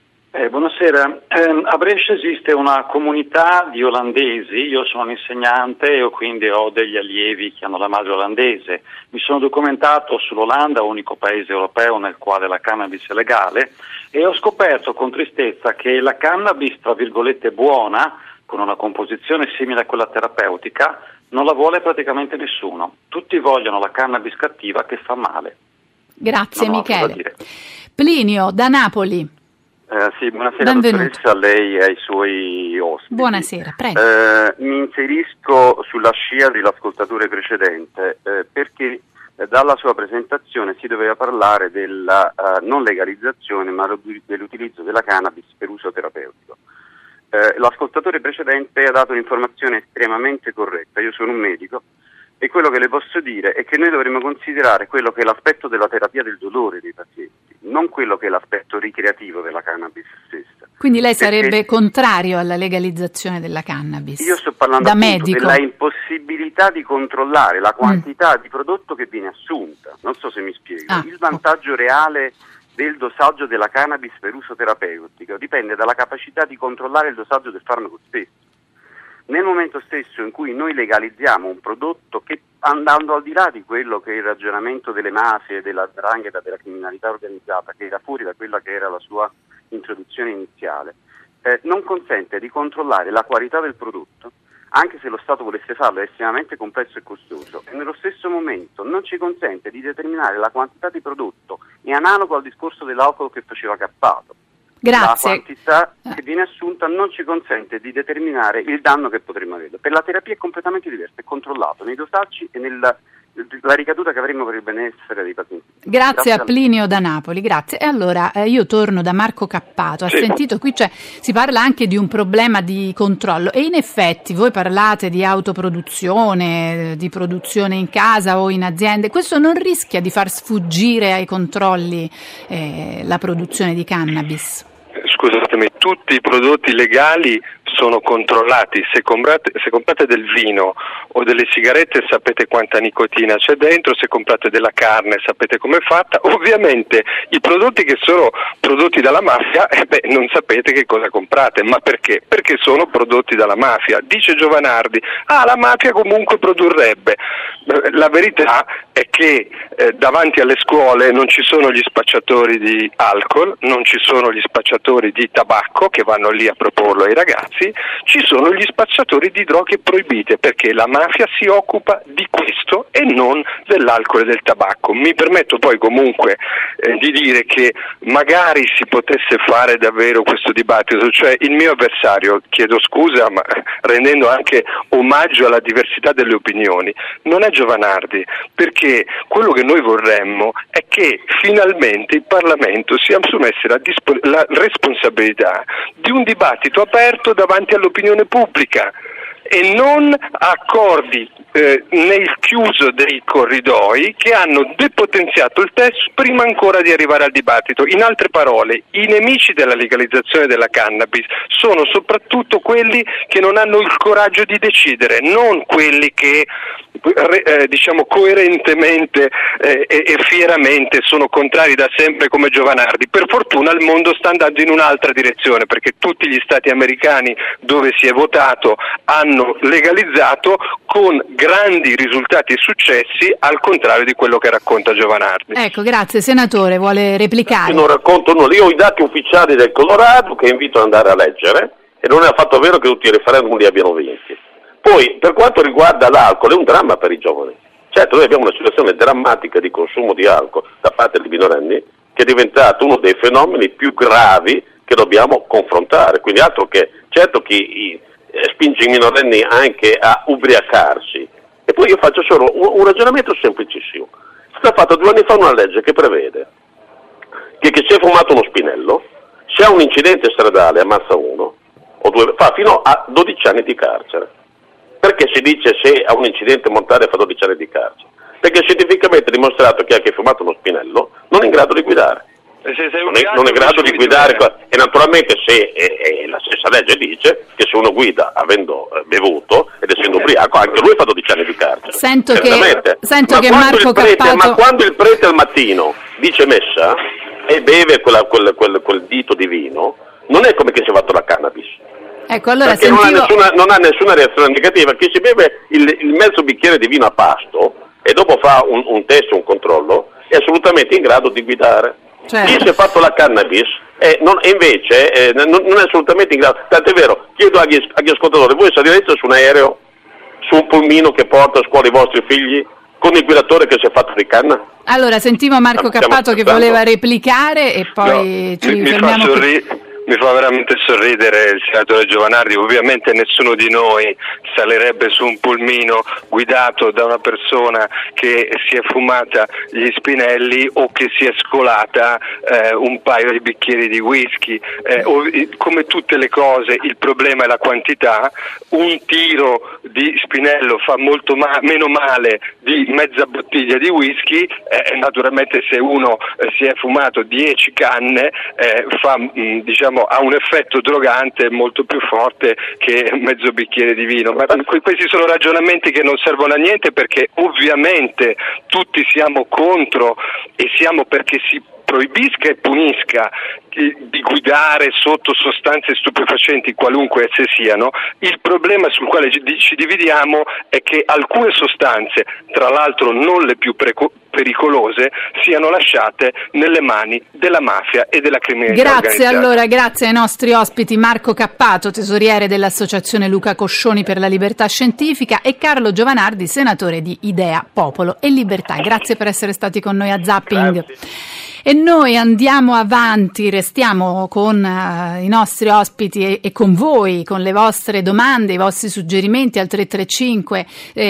Buonasera. A Brescia esiste una comunità di olandesi, io sono un insegnante e quindi ho degli allievi che hanno la madre olandese. Mi sono documentato sull'Olanda, unico paese europeo nel quale la cannabis è legale, e ho scoperto con tristezza che la cannabis, tra virgolette, buona, con una composizione simile a quella terapeutica, non la vuole praticamente nessuno. Tutti vogliono la cannabis cattiva che fa male. Grazie Michele. Plinio da Napoli. Sì, buonasera Benvenuto. dottoressa, a lei e ai suoi ospiti. Buonasera, prego. Mi inserisco sulla scia dell'ascoltatore precedente perché dalla sua presentazione si doveva parlare della non legalizzazione ma dell'utilizzo della cannabis per uso terapeutico. L'ascoltatore precedente ha dato un'informazione estremamente corretta, io sono un medico e quello che le posso dire è che noi dovremmo considerare quello che è l'aspetto della terapia del dolore dei pazienti, non quello che è l'aspetto ricreativo della cannabis stessa. Quindi lei sarebbe contrario alla legalizzazione della cannabis? Io sto parlando da appunto medico. della impossibilità di controllare la quantità di prodotto che viene assunta, non so se mi spiego. Il vantaggio reale del dosaggio della cannabis per uso terapeutico dipende dalla capacità di controllare il dosaggio del farmaco stesso. Nel momento stesso in cui noi legalizziamo un prodotto che, andando al di là di quello che è il ragionamento delle mafie, della 'ndrangheta, della criminalità organizzata, che era fuori da quella che era la sua introduzione iniziale, non consente di controllare la qualità del prodotto, anche se lo Stato volesse farlo, è estremamente complesso e costoso, e nello stesso momento non ci consente di determinare la quantità di prodotto, è analogo al discorso dell'alcol che faceva Cappato. Grazie. La quantità che viene assunta non ci consente di determinare il danno che potremmo avere. Per la terapia è completamente diverso, è controllato nei dosaggi e nella ricaduta che avremo per il benessere dei pazienti. Grazie a Plinio da Napoli, grazie. E allora io torno da Marco Cappato. Ha sentito qui si parla anche di un problema di controllo e in effetti voi parlate di autoproduzione, di produzione in casa o in aziende. Questo non rischia di far sfuggire ai controlli la produzione di cannabis? Scusatemi, tutti i prodotti legali sono controllati. Se comprate del vino o delle sigarette sapete quanta nicotina c'è dentro, se comprate della carne sapete com'è fatta. Ovviamente i prodotti che sono prodotti dalla mafia, non sapete che cosa comprate. Ma perché? Perché sono prodotti dalla mafia. Dice Giovanardi, la mafia comunque produrrebbe. La verità è che davanti alle scuole non ci sono gli spacciatori di alcol, non ci sono gli spacciatori di tabacco che vanno lì a proporlo ai ragazzi, ci sono gli spacciatori di droghe proibite, perché la mafia si occupa di questo e non dell'alcol e del tabacco. Mi permetto poi comunque di dire che magari si potesse fare davvero questo dibattito, cioè il mio avversario, chiedo scusa ma rendendo anche omaggio alla diversità delle opinioni, non è Giovanardi, perché quello che noi vorremmo è che finalmente il Parlamento si assumesse la responsabilità di un dibattito aperto davanti all'opinione pubblica e non accordi nel chiuso dei corridoi che hanno depotenziato il testo prima ancora di arrivare al dibattito. In altre parole, i nemici della legalizzazione della cannabis sono soprattutto quelli che non hanno il coraggio di decidere, non quelli che coerentemente e fieramente sono contrari da sempre come Giovanardi. Per fortuna il mondo sta andando in un'altra direzione, perché tutti gli stati americani dove si è votato hanno legalizzato con grandi risultati e successi, al contrario di quello che racconta Giovanardi. Ecco, grazie. Senatore, vuole replicare? Io non racconto nulla, io ho i dati ufficiali del Colorado che invito ad andare a leggere, e non è affatto vero che tutti i referendum li abbiano vinti. Poi, per quanto riguarda l'alcol, è un dramma per i giovani. Certo, noi abbiamo una situazione drammatica di consumo di alcol da parte dei minorenni, che è diventato uno dei fenomeni più gravi che dobbiamo confrontare. Quindi altro che, certo, chi spinge i minorenni anche a ubriacarsi. E poi io faccio solo un ragionamento semplicissimo. È stata fatta 2 anni fa una legge che prevede che chi si è fumato uno spinello, se ha un incidente stradale ammazza uno, o 2, fa fino a 12 anni di carcere. Perché si dice se ha un incidente mortale fa 12 anni di carcere? Perché scientificamente è dimostrato che chi ha fumato uno spinello non è in grado di guidare. Non è in grado di guidare, e naturalmente se la stessa legge dice che se uno guida avendo bevuto ed essendo ubriaco, anche lui fa 12 anni di carcere. Sento che Marco Cappato... Ma quando il prete al mattino dice messa e beve quel dito di vino, non è come che si è fatto la cannabis. Ecco, allora perché non ha nessuna reazione negativa. Chi si beve il mezzo bicchiere di vino a pasto e dopo fa un test, un controllo, è assolutamente in grado di guidare. Certo. Chi si è fatto la cannabis invece non è assolutamente in grado. Tant'è vero, chiedo agli ascoltatori, voi salirete su un aereo, su un pulmino che porta a scuola i vostri figli con il guidatore che si è fatto di canna? Allora sentiamo Marco Cappato che voleva replicare e poi ci fermiamo qui. Mi fa veramente sorridere il senatore Giovanardi. Ovviamente nessuno di noi salerebbe su un pulmino guidato da una persona che si è fumata gli spinelli o che si è scolata un paio di bicchieri di whisky. Come tutte le cose, il problema è la quantità. Un tiro di spinello fa molto meno male di mezza bottiglia di whisky. Naturalmente se uno si è fumato 10 canne ha un effetto drogante molto più forte che mezzo bicchiere di vino. Ma questi sono ragionamenti che non servono a niente, perché ovviamente tutti siamo contro e siamo perché si proibisca e punisca di guidare sotto sostanze stupefacenti, qualunque esse siano. Il problema sul quale ci dividiamo è che alcune sostanze, tra l'altro non le più pericolose, siano lasciate nelle mani della mafia e della criminalità organizzata. Grazie ai nostri ospiti Marco Cappato, tesoriere dell'Associazione Luca Coscioni per la Libertà Scientifica, e Carlo Giovanardi, senatore di Idea, Popolo e Libertà. Grazie per essere stati con noi a Zapping. Grazie. E noi andiamo avanti, restiamo con i nostri ospiti e con voi, con le vostre domande, i vostri suggerimenti al 335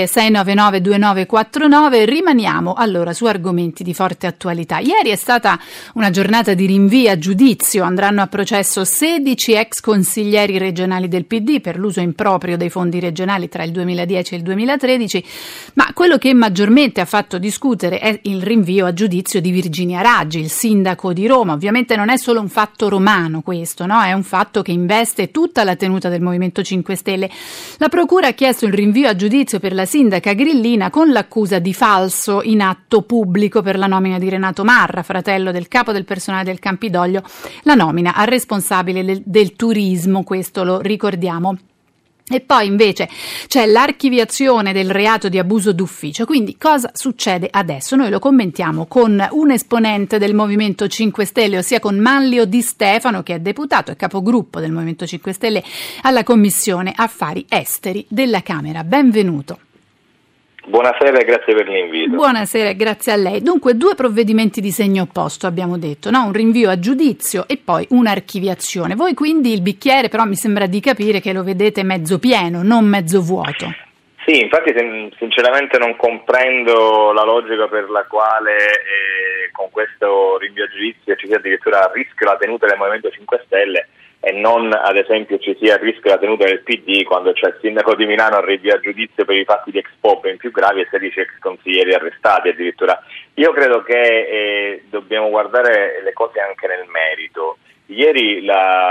699 2949. Rimaniamo allora su argomenti di forte attualità. Ieri è stata una giornata di rinvii a giudizio, andranno a processo 16 ex consiglieri regionali del PD per l'uso improprio dei fondi regionali tra il 2010 e il 2013, ma quello che maggiormente ha fatto discutere è il rinvio a giudizio di Virginia Raggi, il sindaco di Roma. Ovviamente non è solo un fatto romano questo, no? È un fatto che investe tutta la tenuta del Movimento 5 Stelle. La procura ha chiesto il rinvio a giudizio per la sindaca grillina con l'accusa di falso in atto pubblico per la nomina di Renato Marra, fratello del capo del personale del Campidoglio, la nomina a responsabile del turismo, questo lo ricordiamo. E poi invece c'è l'archiviazione del reato di abuso d'ufficio. Quindi cosa succede adesso? Noi lo commentiamo con un esponente del Movimento 5 Stelle, ossia con Manlio Di Stefano, che è deputato e capogruppo del Movimento 5 Stelle alla Commissione Affari Esteri della Camera. Benvenuto. Buonasera e grazie per l'invito. Buonasera e grazie a lei. Dunque 2 provvedimenti di segno opposto abbiamo detto, no? Un rinvio a giudizio e poi un'archiviazione. Voi quindi il bicchiere però mi sembra di capire che lo vedete mezzo pieno, non mezzo vuoto. Sì, infatti sinceramente non comprendo la logica per la quale con questo rinvio a giudizio ci sia addirittura a rischio la tenuta del Movimento 5 Stelle e non ad esempio ci sia a rischio la tenuta del PD quando c'è il sindaco di Milano a rinvio a giudizio per i fatti di Expo ben più gravi e 16 ex consiglieri arrestati addirittura. Io credo che dobbiamo guardare le cose anche nel merito. Ieri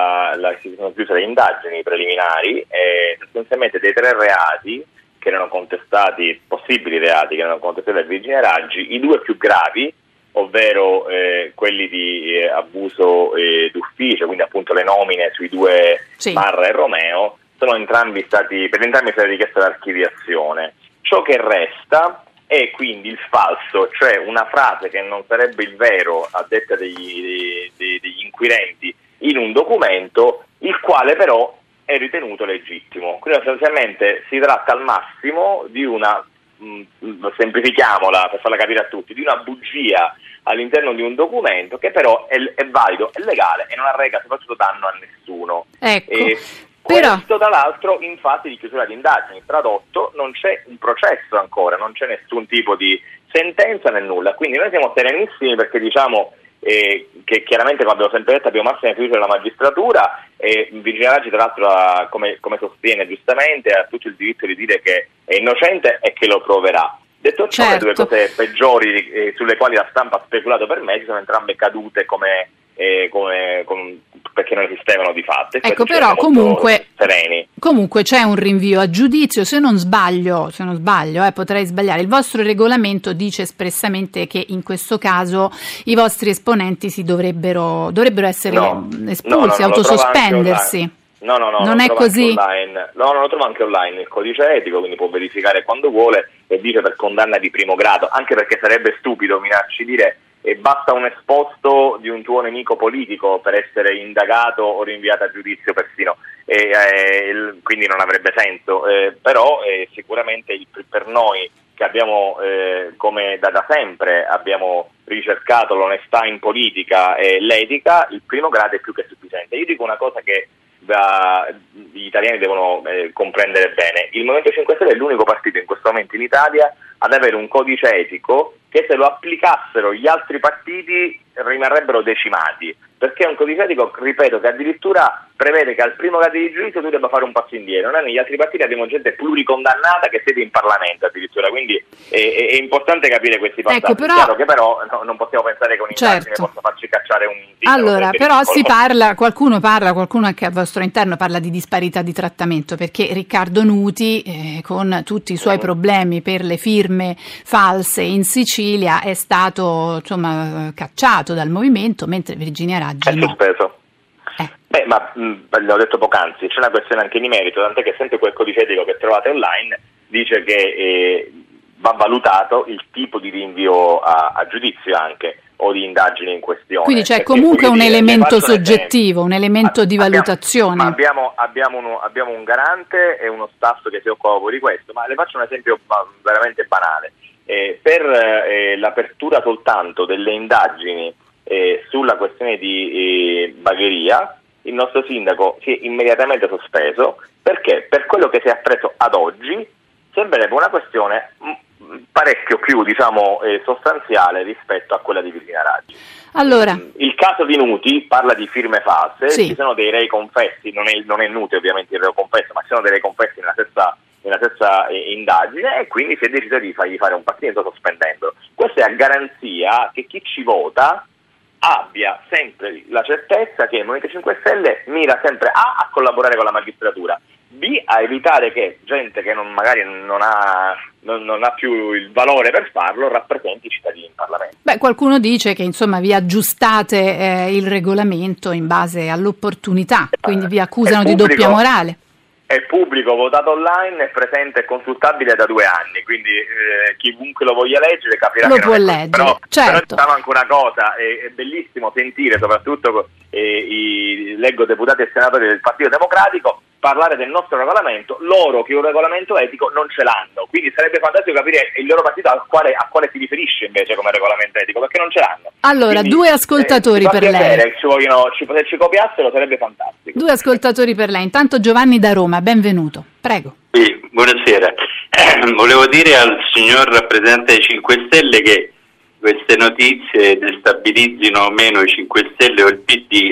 si sono chiuse le indagini preliminari e sostanzialmente dei 3 reati che erano contestati, possibili reati che erano contestati da Virginia Raggi, i 2 più gravi, ovvero quelli di abuso d'ufficio, quindi appunto le nomine sui 2 sì. Marra e Romeo, sono per entrambi è stata richiesta l'archiviazione. Ciò che resta è quindi il falso, cioè una frase che non sarebbe il vero a detta degli inquirenti in un documento, il quale però è ritenuto legittimo. Quindi sostanzialmente si tratta al massimo di una, semplifichiamola per farla capire a tutti, di una bugia all'interno di un documento che però è valido, è legale e non arreca soprattutto danno a nessuno. Ecco. Questo tra l'altro in fase di chiusura di indagini, tradotto, non c'è un processo ancora, non c'è nessun tipo di sentenza né nulla, quindi noi siamo serenissimi perché diciamo che chiaramente, come abbiamo sempre detto, abbiamo massima fiducia nella magistratura e Virginia Raggi tra l'altro come sostiene giustamente ha tutto il diritto di dire che è innocente e che lo proverà. Detto ciò, le due cose peggiori sulle quali la stampa ha speculato per mesi sono entrambe cadute perché non esistevano di fatto. Ecco, però comunque c'è un rinvio a giudizio, se non sbaglio, potrei sbagliare, il vostro regolamento dice espressamente che in questo caso i vostri esponenti dovrebbero essere espulsi, autosospendersi. No, non è così. Non lo trovo anche online il codice etico, quindi può verificare quando vuole e dice per condanna di primo grado, anche perché sarebbe stupido minarci dire basta un esposto di un tuo nemico politico per essere indagato o rinviato a giudizio persino, quindi non avrebbe senso, però sicuramente per noi che abbiamo come da sempre abbiamo ricercato l'onestà in politica e l'etica, il primo grado è più che sufficiente. Io dico una cosa che gli italiani devono comprendere bene: il Movimento 5 Stelle è l'unico partito in questo momento in Italia ad avere un codice etico che, se lo applicassero gli altri partiti, rimarrebbero decimati, perché è un codice etico, ripeto, che addirittura prevede che al primo grado di giudizio tu debba fare un passo indietro. Noi negli altri partiti abbiamo gente pluricondannata che siede in Parlamento addirittura, quindi è importante capire questi passaggi. Ecco, però, chiaro che però non possiamo pensare che un'indagine possa farci cacciare un titolo. Allora, però qualcuno anche al vostro interno parla di disparità di trattamento, perché Riccardo Nuti con tutti i suoi problemi per le firme false in Sicilia è stato cacciato dal movimento, mentre Virginia Raggi è sospeso. Ma l'ho detto poc'anzi, c'è una questione anche di merito, tant'è che sempre quel codice etico che trovate online dice che va valutato il tipo di rinvio a giudizio anche, o di indagine in questione. Quindi c'è comunque un elemento soggettivo, un elemento di valutazione. Abbiamo un garante e uno staff che si occupa di questo, ma le faccio un esempio veramente banale. Per l'apertura soltanto delle indagini sulla questione di Bagheria, il nostro sindaco si è immediatamente sospeso, perché per quello che si è appreso ad oggi sembrerebbe una questione parecchio più sostanziale rispetto a quella di Virginia Raggi. Allora, il caso di Nuti parla di firme false, sì. Ci sono dei rei confessi, non è Nuti ovviamente il reo confesso, ma ci sono dei rei confessi nella stessa indagine, e quindi si è deciso di fargli fare un passetto sospendendolo. Questo è a garanzia che chi ci vota abbia sempre la certezza che il Movimento 5 Stelle mira sempre a collaborare con la magistratura, B, a evitare che gente che magari non ha più il valore per farlo rappresenti i cittadini in Parlamento. Qualcuno dice che vi aggiustate il regolamento in base all'opportunità, quindi vi accusano di doppia morale. È pubblico, votato online, è presente e consultabile da 2 anni, quindi chiunque lo voglia leggere capirà che può leggere. Però diciamo anche una cosa, è bellissimo sentire, soprattutto leggo deputati e senatori del Partito Democratico parlare del nostro regolamento, loro che un regolamento etico non ce l'hanno, quindi sarebbe fantastico capire il loro partito a quale si riferisce invece come regolamento etico, perché non ce l'hanno. Allora, quindi, 2 ascoltatori per lei. Se ci copiassero sarebbe fantastico. 2 ascoltatori per lei. Intanto Giovanni da Roma, benvenuto. Prego. Sì, buonasera. Volevo dire al signor rappresentante dei 5 Stelle che queste notizie destabilizzino o meno i 5 Stelle o il PD,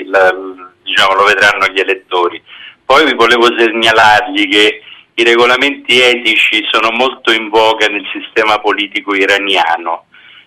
lo vedranno gli elettori. Poi vi volevo segnalargli che i regolamenti etici sono molto in voga nel sistema politico iraniano.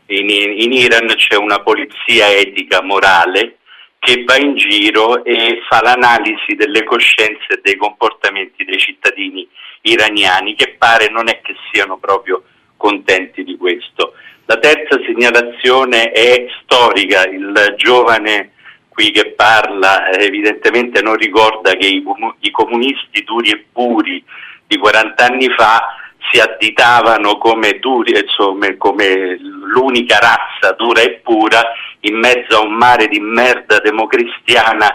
In Iran c'è una polizia etica morale che va in giro e fa l'analisi delle coscienze e dei comportamenti dei cittadini iraniani, che pare non è che siano proprio contenti di questo. La terza segnalazione è storica. Il giovane qui che parla evidentemente non ricorda che i comunisti duri e puri di 40 anni fa si additavano come duri, come l'unica razza dura e pura in mezzo a un mare di merda democristiana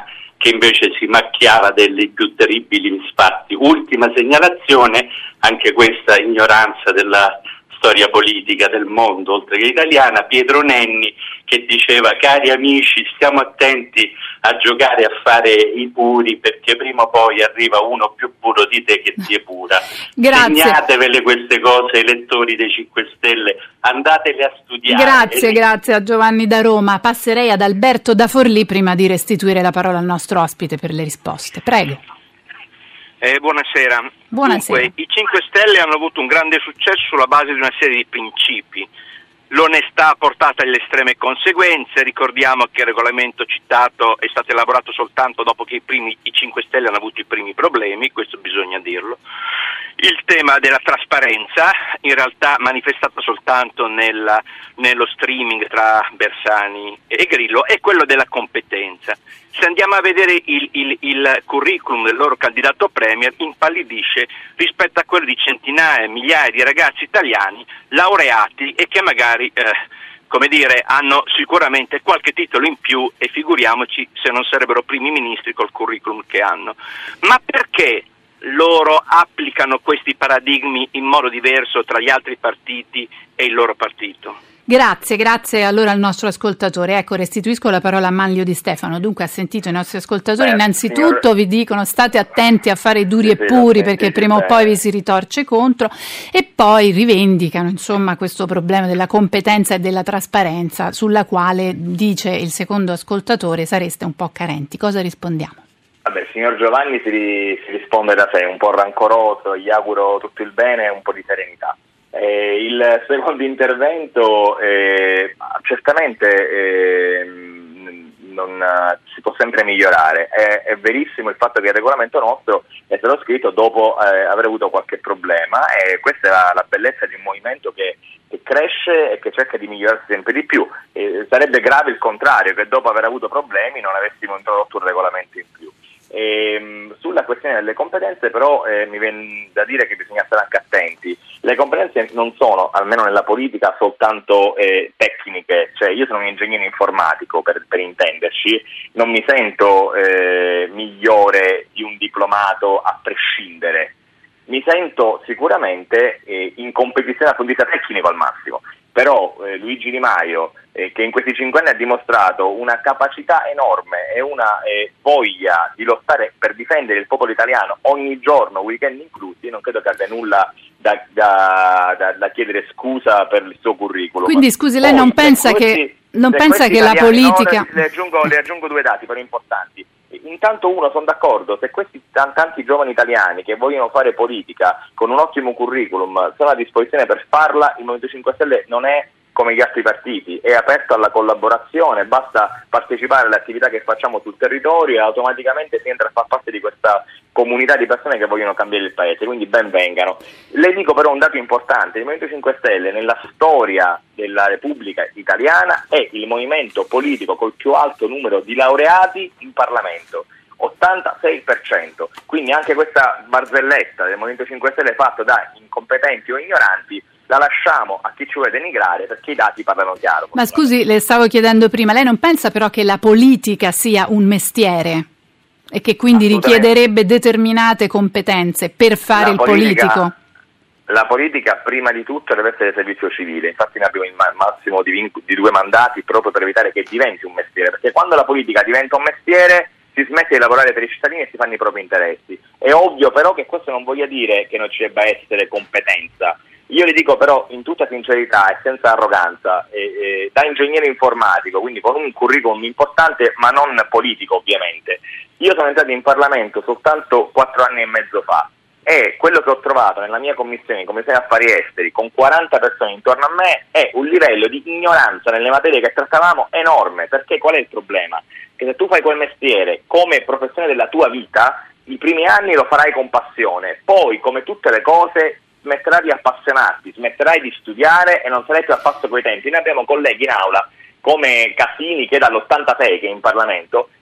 che invece si macchiava dei più terribili misfatti. Ultima segnalazione, anche questa ignoranza della storia politica del mondo, oltre che italiana, Pietro Nenni, che diceva: cari amici, stiamo attenti a giocare a fare i puri, perché prima o poi arriva uno più puro di te che ti epura. Segnatevele queste cose, elettori dei 5 Stelle, andatele a studiare. Grazie a Giovanni da Roma. Passerei ad Alberto da Forlì prima di restituire la parola al nostro ospite per le risposte. Prego. Buonasera. Dunque, i 5 Stelle hanno avuto un grande successo sulla base di una serie di principi. L'onestà portata alle estreme conseguenze, ricordiamo che il regolamento citato è stato elaborato soltanto dopo che i 5 Stelle hanno avuto i primi problemi, questo bisogna dirlo. Il tema della trasparenza, in realtà manifestata soltanto nello streaming tra Bersani e Grillo, è quello della competenza. Se andiamo a vedere il curriculum del loro candidato premier, impallidisce rispetto a quello di centinaia, migliaia di ragazzi italiani laureati e che magari hanno sicuramente qualche titolo in più, e figuriamoci se non sarebbero primi ministri col curriculum che hanno. Ma perché loro applicano questi paradigmi in modo diverso tra gli altri partiti e il loro partito? Grazie allora al nostro ascoltatore. Ecco, restituisco la parola a Manlio Di Stefano. Dunque ha sentito i nostri ascoltatori, innanzitutto vi dicono state attenti a fare i duri e puri perché prima o poi vi si ritorce contro, e poi rivendicano insomma questo problema della competenza e della trasparenza, sulla quale, dice il secondo ascoltatore, sareste un po' carenti. Cosa rispondiamo? Vabbè, il signor Giovanni si risponde da sé, un po' rancoroso, gli auguro tutto il bene e un po' di serenità. Il secondo intervento, certamente non si può sempre migliorare. È verissimo il fatto che il regolamento nostro è stato scritto dopo aver avuto qualche problema, e questa è la bellezza di un movimento che cresce e che cerca di migliorarsi sempre di più. Sarebbe grave il contrario, che dopo aver avuto problemi non avessimo introdotto un regolamento in più. Sulla questione delle competenze però mi viene da dire che bisogna stare anche attenti. Le competenze non sono, almeno nella politica, soltanto tecniche, cioè io sono un ingegnere informatico per intenderci, non mi sento migliore di un diplomato a prescindere, mi sento sicuramente in competizione dal punto di vista tecnico al massimo. Però Luigi Di Maio, che in questi 5 anni ha dimostrato una capacità enorme e una voglia di lottare per difendere il popolo italiano ogni giorno, weekend inclusi, non credo che abbia nulla da chiedere scusa per il suo curriculum. Quindi scusi, lei non pensa che la politica... Le aggiungo 2 dati però importanti. Intanto sono d'accordo, se questi tanti giovani italiani che vogliono fare politica con un ottimo curriculum sono a disposizione per farla, il Movimento 5 Stelle non è come gli altri partiti, è aperto alla collaborazione, basta partecipare alle attività che facciamo sul territorio e automaticamente si entra a far parte di questa comunità di persone che vogliono cambiare il paese, quindi ben vengano. Le dico però un dato importante: il Movimento 5 Stelle nella storia della Repubblica Italiana è il movimento politico col più alto numero di laureati in Parlamento, 86%, quindi anche questa barzelletta del Movimento 5 Stelle fatta da incompetenti o ignoranti la lasciamo a chi ci vuole denigrare, perché i dati parlano chiaro. Ma scusi, le stavo chiedendo prima, lei non pensa però che la politica sia un mestiere e che quindi richiederebbe determinate competenze per fare il politico? La politica prima di tutto deve essere servizio civile, infatti noi abbiamo il massimo di 2 mandati proprio per evitare che diventi un mestiere, perché quando la politica diventa un mestiere si smette di lavorare per i cittadini e si fanno i propri interessi. È ovvio però che questo non voglia dire che non ci debba essere competenza. Io le dico però in tutta sincerità e senza arroganza, da ingegnere informatico, quindi con un curriculum importante ma non politico ovviamente, io sono entrato in Parlamento soltanto 4 anni e mezzo fa, e quello che ho trovato nella mia commissione affari esteri con 40 persone intorno a me è un livello di ignoranza nelle materie che trattavamo enorme. Perché qual è il problema? Che se tu fai quel mestiere come professione della tua vita, i primi anni lo farai con passione, poi come tutte le cose smetterai di appassionarti, smetterai di studiare e non sarai più a passo coi tempi. Noi abbiamo colleghi in aula come Casini, che è dall'86 che è in Parlamento,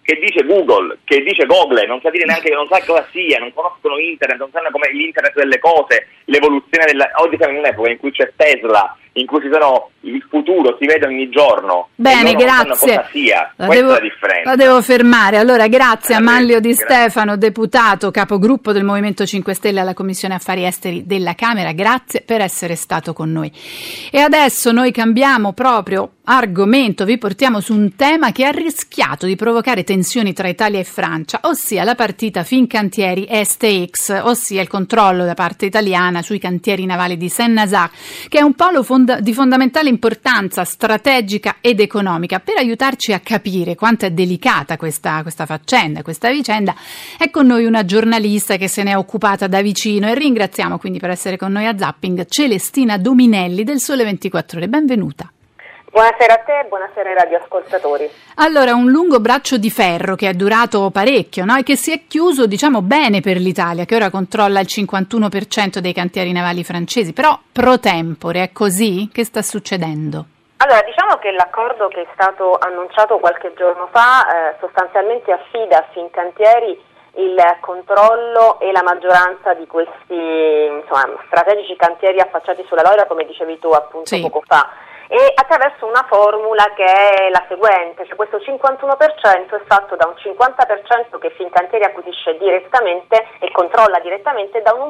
che dice Google, che dice Google, non sa dire neanche, non sa cosa sia, non conoscono internet, non sanno come l'internet delle cose, l'evoluzione oggi siamo in un'epoca in cui c'è Tesla, in cui il futuro si vede ogni giorno. Bene, grazie. Non sanno cosa sia. Questa è la differenza. La devo fermare. Allora, grazie a Manlio Di Stefano, deputato, capogruppo del Movimento 5 Stelle alla Commissione Affari Esteri della Camera. Grazie per essere stato con noi. E adesso noi cambiamo proprio argomento, vi portiamo su un tema che ha rischiato di provocare tensioni tra Italia e Francia, ossia la partita Fincantieri STX, ossia il controllo da parte italiana sui cantieri navali di Saint-Nazaire, che è un polo di fondamentale importanza strategica ed economica. Per aiutarci a capire quanto è delicata questa faccenda, questa vicenda, è con noi una giornalista che se ne è occupata da vicino, e ringraziamo quindi per essere con noi a Zapping Celestina Dominelli del Sole 24 Ore. Benvenuta. Buonasera a te e buonasera ai radioascoltatori. Allora, un lungo braccio di ferro che è durato parecchio, no? E che si è chiuso, bene per l'Italia, che ora controlla il 51% dei cantieri navali francesi, però pro tempore è così? Che sta succedendo? Allora, diciamo che l'accordo che è stato annunciato qualche giorno fa sostanzialmente affida a Fincantieri il controllo e la maggioranza di questi strategici cantieri affacciati sulla Loira, come dicevi tu appunto poco fa, e attraverso una formula che è la seguente, cioè questo 51% è fatto da un 50% che Fincantieri acquisisce direttamente e controlla direttamente, da un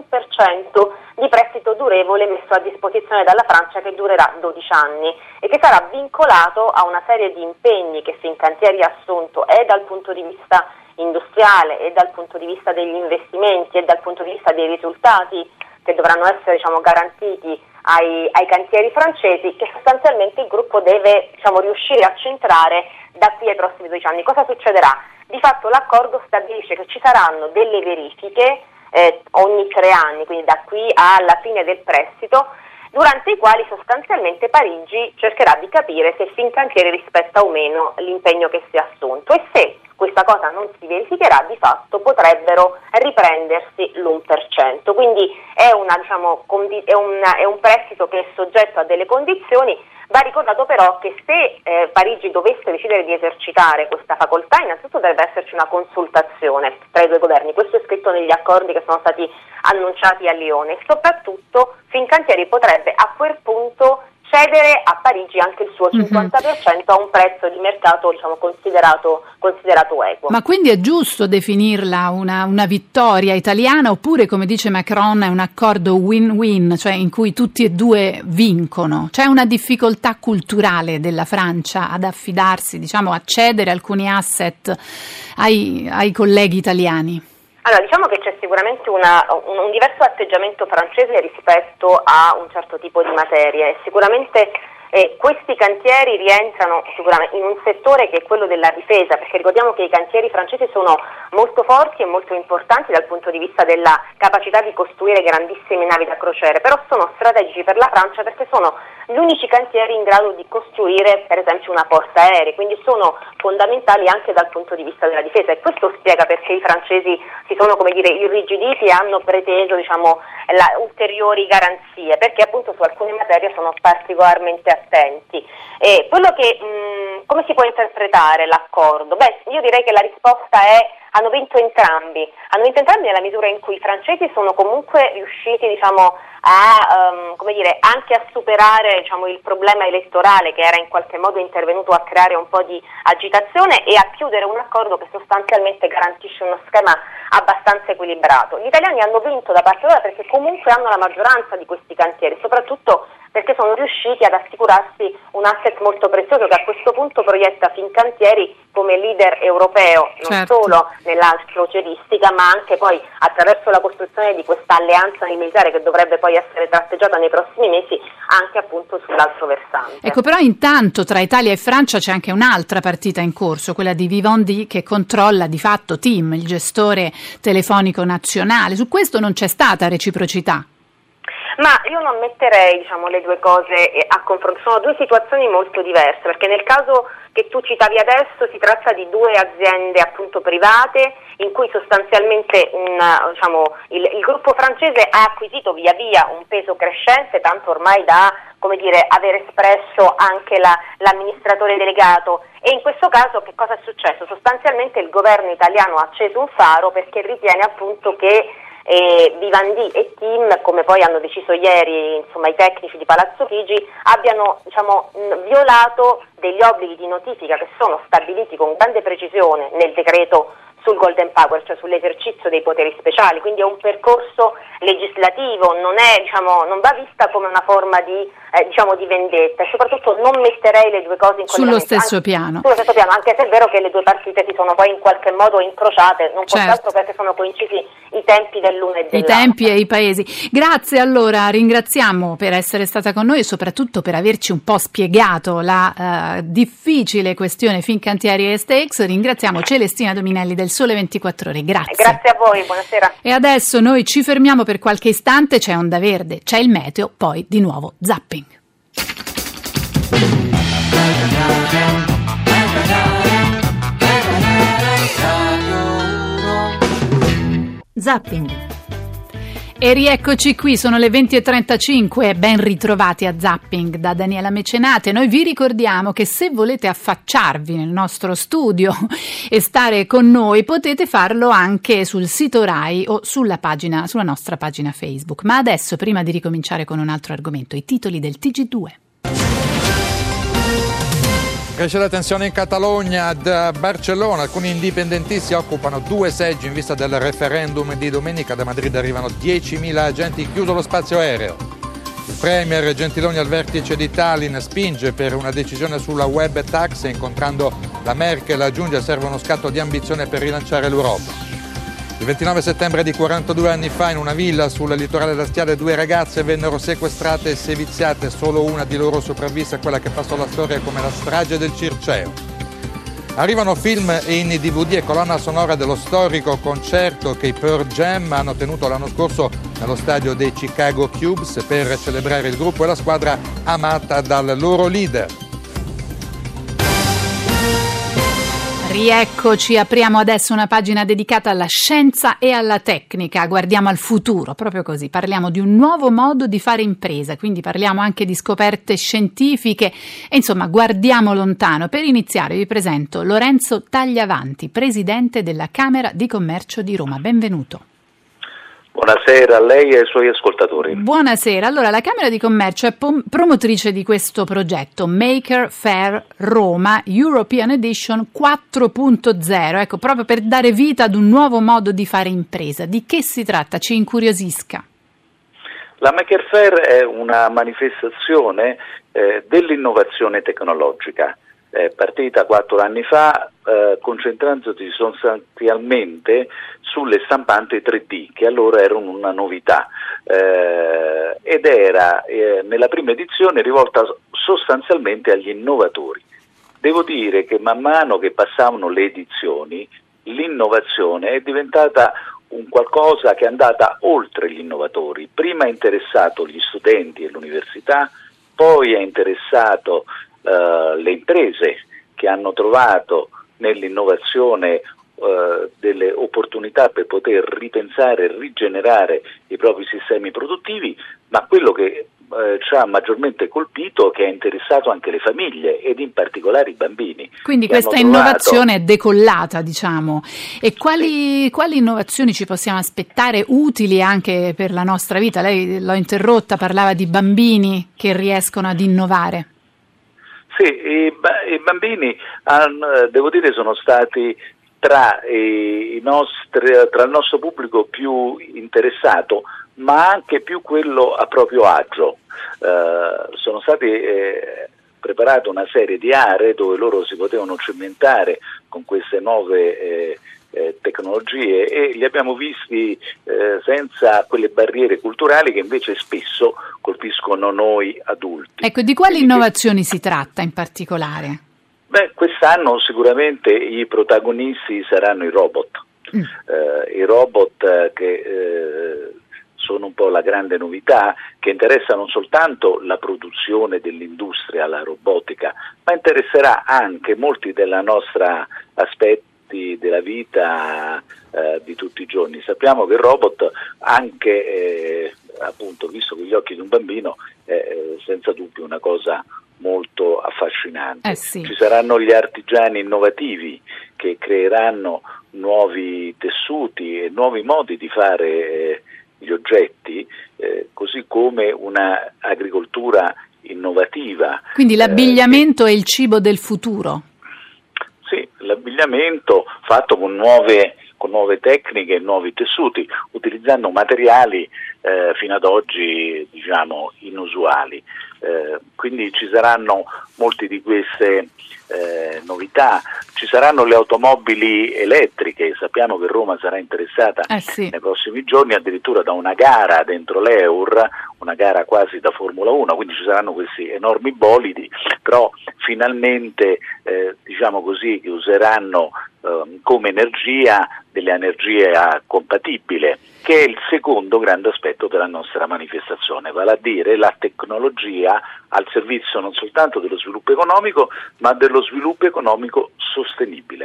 1% di prestito durevole messo a disposizione dalla Francia, che durerà 12 anni e che sarà vincolato a una serie di impegni che Fincantieri ha assunto e dal punto di vista industriale e dal punto di vista degli investimenti e dal punto di vista dei risultati che dovranno essere garantiti ai cantieri francesi, che sostanzialmente il gruppo deve riuscire a centrare da qui ai prossimi 12 anni. Cosa succederà? Di fatto l'accordo stabilisce che ci saranno delle verifiche ogni 3 anni, quindi da qui alla fine del prestito, durante i quali sostanzialmente Parigi cercherà di capire se Fincantieri rispetta o meno l'impegno che si è assunto, e se questa cosa non si verificherà, di fatto potrebbero riprendersi l'1%. Quindi è un prestito che è soggetto a delle condizioni. Va ricordato però che se Parigi dovesse decidere di esercitare questa facoltà, innanzitutto deve esserci una consultazione tra i due governi. Questo è scritto negli accordi che sono stati annunciati a Lione, e soprattutto Fincantieri potrebbe a quel punto cedere a Parigi anche il suo 50% a un prezzo di mercato considerato equo. Ma quindi è giusto definirla una vittoria italiana, oppure, come dice Macron, è un accordo win-win, cioè in cui tutti e due vincono? C'è una difficoltà culturale della Francia ad affidarsi, a cedere alcuni asset ai colleghi italiani? Allora, diciamo che c'è sicuramente un diverso atteggiamento francese rispetto a un certo tipo di materie. Sicuramente questi cantieri rientrano sicuramente in un settore che è quello della difesa, perché ricordiamo che i cantieri francesi sono molto forti e molto importanti dal punto di vista della capacità di costruire grandissime navi da crociere, però sono strategici per la Francia perché sono gli unici cantieri in grado di costruire per esempio una portaerei, quindi sono fondamentali anche dal punto di vista della difesa, e questo spiega perché i francesi si sono irrigiditi e hanno preteso ulteriori garanzie, perché appunto su alcune materie sono particolarmente attenti. Quello che come si può interpretare l'accordo? Io direi che la risposta è: hanno vinto entrambi nella misura in cui i francesi sono comunque riusciti anche a superare il problema elettorale che era in qualche modo intervenuto a creare un po' di agitazione, e a chiudere un accordo che sostanzialmente garantisce uno schema abbastanza equilibrato. Gli italiani hanno vinto da parte loro perché comunque hanno la maggioranza di questi cantieri, soprattutto perché sono riusciti ad assicurarsi un asset molto prezioso che a questo punto proietta Fincantieri come leader europeo, non solo nella crocieristica, ma anche poi attraverso la costruzione di questa alleanza militare che dovrebbe poi essere tratteggiata nei prossimi mesi anche appunto sull'altro versante. Ecco, però intanto tra Italia e Francia c'è anche un'altra partita in corso, quella di Vivendi, che controlla di fatto TIM, il gestore telefonico nazionale. Su questo non c'è stata reciprocità. Ma io non metterei le due cose a confronto, sono due situazioni molto diverse, perché nel caso che tu citavi adesso si tratta di due aziende appunto private in cui sostanzialmente il gruppo francese ha acquisito via via un peso crescente, tanto ormai da come dire, aver espresso anche l'amministratore delegato. E in questo caso che cosa è successo? Sostanzialmente il governo italiano ha acceso un faro perché ritiene appunto che Vivendi e Tim, come poi hanno deciso ieri i tecnici di Palazzo Chigi, abbiano violato degli obblighi di notifica che sono stabiliti con grande precisione nel decreto sul Golden Power, cioè sull'esercizio dei poteri speciali, quindi è un percorso legislativo, non va vista come una forma di vendetta, e soprattutto non metterei le due cose in sullo stesso piano, anche se è vero che le due partite si sono poi in qualche modo incrociate, non fosse altro perché sono coincisi i tempi dell'una e dell'altra. I tempi e i paesi. Grazie, allora ringraziamo per essere stata con noi e soprattutto per averci un po' spiegato la difficile questione Fincantieri e Stakes. Ringraziamo Celestina Dominelli del Sole 24 Ore, grazie. Grazie a voi, buonasera. E adesso noi ci fermiamo per qualche istante, c'è Onda Verde, c'è il meteo, poi di nuovo zapping. Zapping. E rieccoci qui, sono le 20:35, ben ritrovati a Zapping da Daniela Mecenate. Noi vi ricordiamo che se volete affacciarvi nel nostro studio e stare con noi potete farlo anche sul sito Rai o sulla nostra pagina Facebook. Ma adesso, prima di ricominciare con un altro argomento, i titoli del TG2. Cresce la tensione in Catalogna. Ad Barcellona alcuni indipendentisti occupano 2 seggi in vista del referendum di domenica. Da Madrid arrivano 10.000 agenti, chiuso lo spazio aereo. Il premier Gentiloni al vertice di Tallinn spinge per una decisione sulla web tax, incontrando la Merkel aggiunge serve uno scatto di ambizione per rilanciare l'Europa. Il 29 settembre di 42 anni fa in una villa sul litorale laziale 2 ragazze vennero sequestrate e seviziate, solo una di loro sopravvisse, quella che passò alla storia come la strage del Circeo. Arrivano film in DVD e colonna sonora dello storico concerto che i Pearl Jam hanno tenuto l'anno scorso nello stadio dei Chicago Cubs per celebrare il gruppo e la squadra amata dal loro leader. Rieccoci, apriamo adesso una pagina dedicata alla scienza e alla tecnica, guardiamo al futuro, proprio così, parliamo di un nuovo modo di fare impresa, quindi parliamo anche di scoperte scientifiche e insomma guardiamo lontano. Per iniziare vi presento Lorenzo Tagliavanti, presidente della Camera di Commercio di Roma, benvenuto. Buonasera a lei e ai suoi ascoltatori. Buonasera, allora la Camera di Commercio è promotrice di questo progetto Maker Faire Roma European Edition 4.0, ecco, proprio per dare vita ad un nuovo modo di fare impresa. Di che si tratta? Ci incuriosisca. La Maker Faire è una manifestazione dell'innovazione tecnologica. Partita 4 anni fa, concentrandosi sostanzialmente sulle stampanti 3D, che allora erano una novità, ed era nella prima edizione rivolta sostanzialmente agli innovatori. Devo dire che man mano che passavano le edizioni, l'innovazione è diventata un qualcosa che è andata oltre gli innovatori. Prima ha interessato gli studenti e l'università, poi ha interessato le imprese che hanno trovato nell'innovazione delle opportunità per poter ripensare e rigenerare i propri sistemi produttivi, ma quello che ci ha maggiormente colpito è che ha interessato anche le famiglie ed in particolare i bambini. Quindi questa innovazione è decollata, diciamo. E quali innovazioni ci possiamo aspettare utili anche per la nostra vita? Lei l'ho interrotta, parlava di bambini che riescono ad innovare. Sì, i bambini devo dire sono stati tra il nostro pubblico più interessato, ma anche più quello a proprio agio. Sono stati preparate una serie di aree dove loro si potevano cimentare con queste nuove tecnologie e li abbiamo visti senza quelle barriere culturali che invece spesso colpiscono noi adulti. Ecco, di quali innovazioni si tratta in particolare? Quest'anno sicuramente i protagonisti saranno i robot. I robot che sono un po' la grande novità, che interessa non soltanto la produzione dell'industria, la robotica, ma interesserà anche molti della nostra aspetti della vita di tutti i giorni. Sappiamo che il robot, anche appunto visto con gli occhi di un bambino, senza dubbio una cosa molto affascinante. Sì. Ci saranno gli artigiani innovativi che creeranno nuovi tessuti e nuovi modi di fare gli oggetti, così come una agricoltura innovativa. Quindi l'abbigliamento è il cibo del futuro? Sì, l'abbigliamento fatto con nuove tecniche e nuovi tessuti, utilizzando materiali fino ad oggi inusuali. Quindi ci saranno molte di queste novità, ci saranno le automobili elettriche, sappiamo che Roma sarà interessata nei prossimi giorni addirittura da una gara dentro l'Eur, una gara quasi da Formula 1, quindi ci saranno questi enormi bolidi, però finalmente che useranno come energia dell'energia compatibile, che è il secondo grande aspetto della nostra manifestazione, vale a dire la tecnologia al servizio non soltanto dello sviluppo economico, ma dello sviluppo economico sostenibile.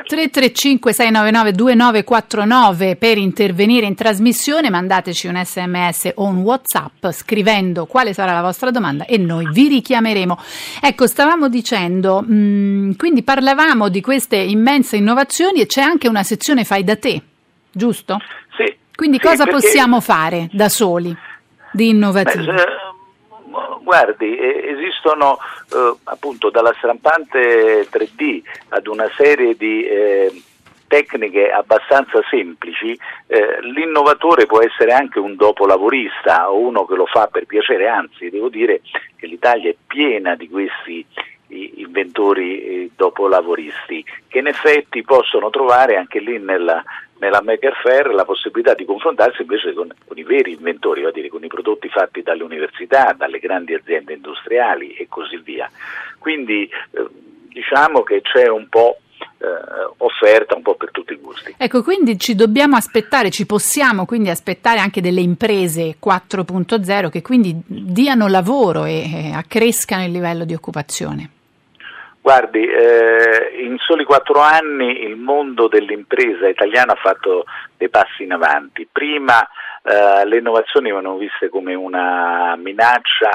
335-699-2949 per intervenire in trasmissione, mandateci un SMS o un WhatsApp scrivendo quale sarà la vostra domanda e noi vi richiameremo. Ecco, stavamo dicendo, quindi parlavamo di queste immense innovazioni e c'è anche una sezione fai da te, giusto? Sì. Quindi cosa possiamo fare da soli di innovativo? Guardi, esistono appunto dalla stampante 3D ad una serie di tecniche abbastanza semplici, l'innovatore può essere anche un dopolavorista o uno che lo fa per piacere, anzi devo dire che l'Italia è piena di questi inventori dopolavoristi che in effetti possono trovare anche lì nella Maker Faire la possibilità di confrontarsi invece con i veri inventori, vale a dire con i prodotti fatti dalle università, dalle grandi aziende industriali e così via. Quindi diciamo che c'è un po' offerta un po' per tutti i gusti. Ecco, quindi ci possiamo quindi aspettare anche delle imprese 4.0 che quindi diano lavoro e accrescano il livello di occupazione. Guardi, in soli 4 anni il mondo dell'impresa italiana ha fatto dei passi in avanti. Prima le innovazioni venivano viste come una minaccia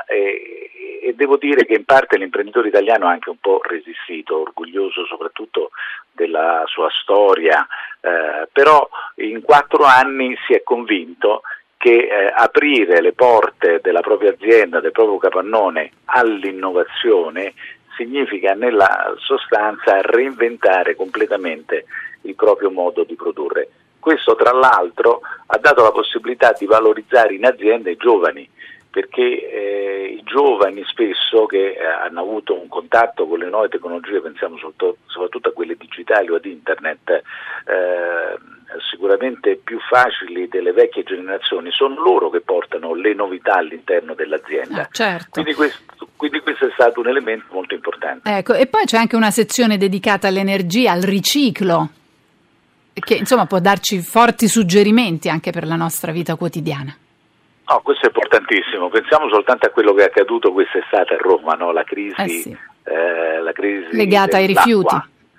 e devo dire che in parte l'imprenditore italiano ha anche un po' resistito, orgoglioso soprattutto della sua storia, però in 4 anni si è convinto che aprire le porte della propria azienda, del proprio capannone all'innovazione significa nella sostanza reinventare completamente il proprio modo di produrre. Questo tra l'altro ha dato la possibilità di valorizzare in azienda i giovani, perché i giovani spesso che hanno avuto un contatto con le nuove tecnologie, pensiamo soprattutto a quelle digitali o ad internet, sicuramente più facili delle vecchie generazioni, sono loro che portano le novità all'interno dell'azienda. Certo. Quindi questo è stato un elemento molto importante. Ecco, e poi c'è anche una sezione dedicata all'energia, al riciclo, che insomma può darci forti suggerimenti anche per la nostra vita quotidiana. No, questo è importantissimo. Pensiamo soltanto a quello che è accaduto quest'estate a Roma, no? La crisi legata ai rifiuti.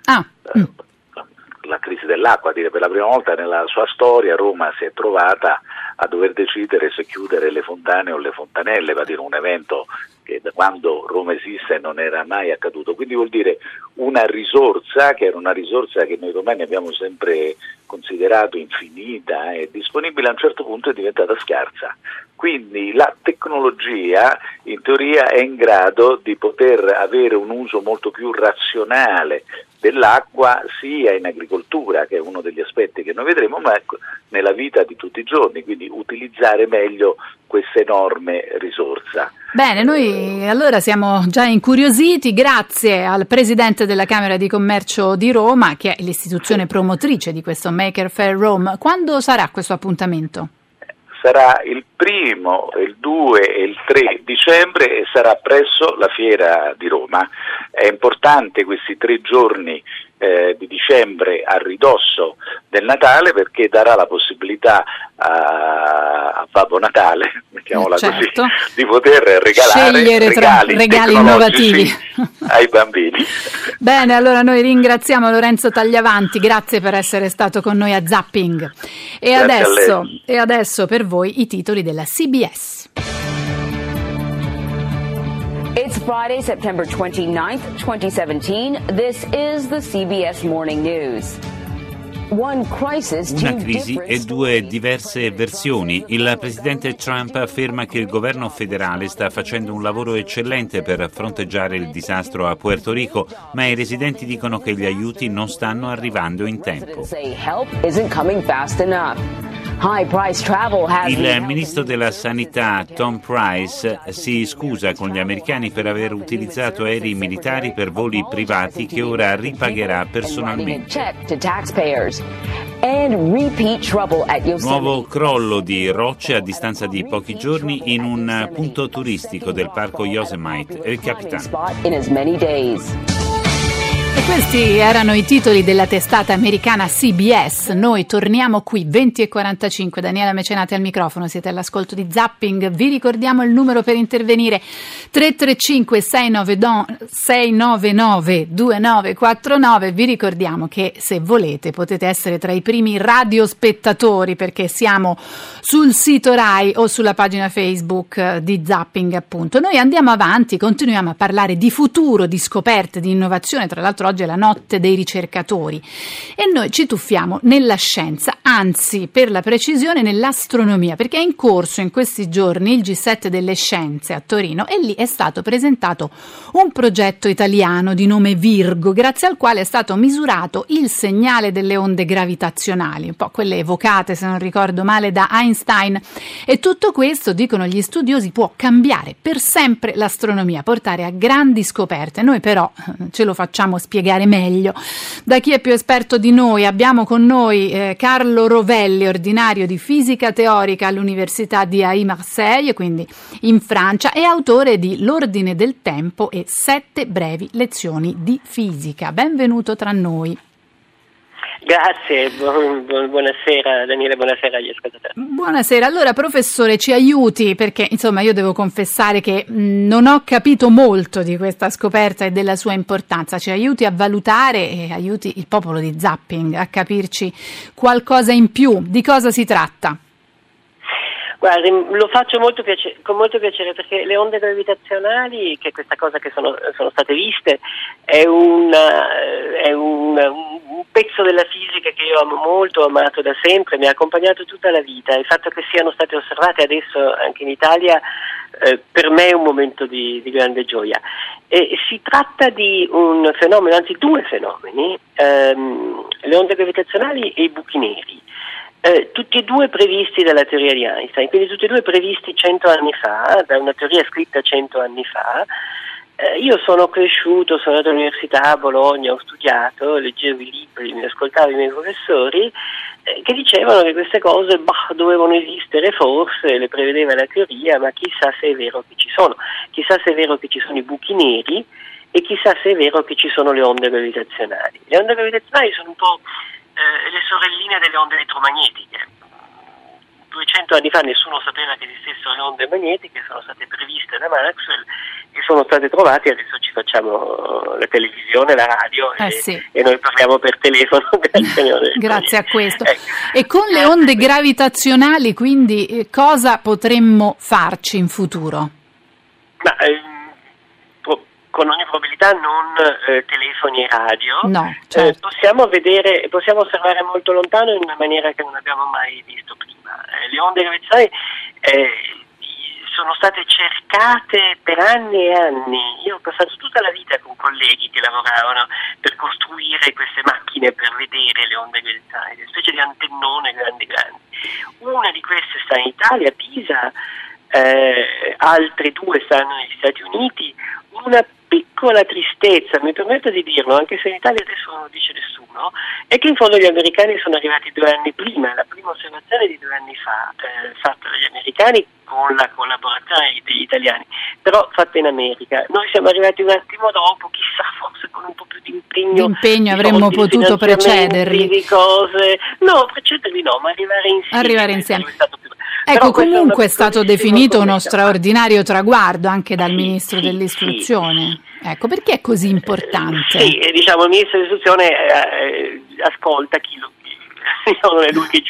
La crisi dell'acqua, dire per la prima volta nella sua storia Roma si è trovata a dover decidere se chiudere le fontane o le fontanelle, va a dire un evento che da quando Roma esiste non era mai accaduto, quindi vuol dire una risorsa che era una risorsa che noi romani abbiamo sempre considerato infinita e disponibile, a un certo punto è diventata scarsa. Quindi la tecnologia in teoria è in grado di poter avere un uso molto più razionale dell'acqua sia in agricoltura, che è uno degli aspetti che noi vedremo, ma nella vita di tutti i giorni, quindi utilizzare meglio questa enorme risorsa. Bene, noi allora siamo già incuriositi, grazie al Presidente della Camera di Commercio di Roma, che è l'istituzione promotrice di questo Maker Faire Rome. Quando sarà questo appuntamento? Sarà il 1, il 2 e il 3 dicembre e sarà presso la Fiera di Roma. È importante questi 3 giorni di dicembre a ridosso del Natale, perché darà la possibilità a Babbo Natale, mettiamola così, di poter regalare regali innovativi ai bambini. Bene, allora noi ringraziamo Lorenzo Tagliavanti, grazie per essere stato con noi a Zapping. E adesso per voi i titoli della CBS. It's Friday, September 29th, 2017. This is the CBS Morning News. Una crisi e due diverse versioni. Il presidente Trump afferma che il governo federale sta facendo un lavoro eccellente per fronteggiare il disastro a Puerto Rico, ma i residenti dicono che gli aiuti non stanno arrivando in tempo. Il ministro della Sanità Tom Price si scusa con gli americani per aver utilizzato aerei militari per voli privati che ora ripagherà personalmente. Nuovo crollo di rocce a distanza di pochi giorni in un punto turistico del parco Yosemite. Il capitano. E questi erano i titoli della testata americana CBS. Noi torniamo qui 20:45. Daniela Mecenate al microfono, siete all'ascolto di Zapping. Vi ricordiamo il numero per intervenire: 335 699 2949. Vi ricordiamo che se volete potete essere tra i primi radiospettatori, perché siamo sul sito Rai o sulla pagina Facebook di Zapping, appunto. Noi andiamo avanti, continuiamo a parlare di futuro, di scoperte, di innovazione. Tra l'altro oggi è la notte dei ricercatori e noi ci tuffiamo nella scienza, anzi per la precisione nell'astronomia, perché è in corso in questi giorni il G7 delle scienze a Torino e lì è stato presentato un progetto italiano di nome Virgo, grazie al quale è stato misurato il segnale delle onde gravitazionali, un po' quelle evocate, se non ricordo male, da Einstein, e tutto questo, dicono gli studiosi, può cambiare per sempre l'astronomia, portare a grandi scoperte. Noi però ce lo facciamo spiegare meglio da chi è più esperto di noi. Abbiamo con noi Carlo Rovelli, ordinario di fisica teorica all'Università di Aix-Marseille, quindi in Francia, e autore di L'ordine del tempo e 7 brevi lezioni di fisica. Benvenuto tra noi. Grazie, buonasera Daniele, buonasera agli ascoltatori. Buonasera, allora professore ci aiuti, perché insomma io devo confessare che non ho capito molto di questa scoperta e della sua importanza. Ci aiuti a valutare e aiuti il popolo di Zapping a capirci qualcosa in più. Di cosa si tratta? Guardi, lo faccio con molto piacere, perché le onde gravitazionali, che è questa cosa che sono state viste, è un pezzo della fisica che io amo molto, ho amato da sempre, mi ha accompagnato tutta la vita. Il fatto che siano state osservate adesso anche in Italia per me è un momento di grande gioia. Si tratta di un fenomeno, anzi due fenomeni, le onde gravitazionali e i buchi neri. Tutti e due previsti dalla teoria di Einstein, quindi tutti e due previsti 100 anni fa, da una teoria scritta 100 anni fa. Io sono cresciuto, sono andato all'università a Bologna, ho studiato, leggevo i libri, mi ascoltavo i miei professori che dicevano che queste cose dovevano esistere, forse le prevedeva la teoria, ma chissà se è vero che ci sono, chissà se è vero che ci sono i buchi neri e chissà se è vero che ci sono le onde gravitazionali. Le onde gravitazionali sono un po' le sorelline delle onde elettromagnetiche. 200 anni fa nessuno sapeva che esistessero le onde magnetiche, sono state previste da Maxwell e sono state trovate. Adesso ci facciamo la televisione, la radio e noi parliamo per telefono. Grazie a questo. E con le onde gravitazionali, quindi, cosa potremmo farci in futuro? Con ogni probabilità non telefoni e radio. No, certo. Possiamo osservare molto lontano in una maniera che non abbiamo mai visto prima. Le onde gravitazionali sono state cercate per anni e anni. Io ho passato tutta la vita con colleghi che lavoravano per costruire queste macchine per vedere le onde gravitazionali, una specie di antennone grandi. Una di queste sta in Italia, a Pisa, altre due stanno negli Stati Uniti. Una piccola tristezza, mi permetto di dirlo, anche se in Italia adesso non lo dice nessuno, è che in fondo gli americani sono arrivati 2 anni prima. La prima osservazione di 2 anni fa, fatta dagli americani con la collaborazione degli italiani, però fatta in America. Noi siamo arrivati un attimo dopo, chissà, forse con un po' più di impegno avremmo potuto precederli. Di cose. No, precederli no, ma arrivare insieme. Ecco, comunque è stato definito uno straordinario traguardo anche dal Ministro dell'Istruzione. Ecco, perché è così importante? Sì, diciamo, il Ministro dell'Istruzione ascolta chi non è lui che giudica.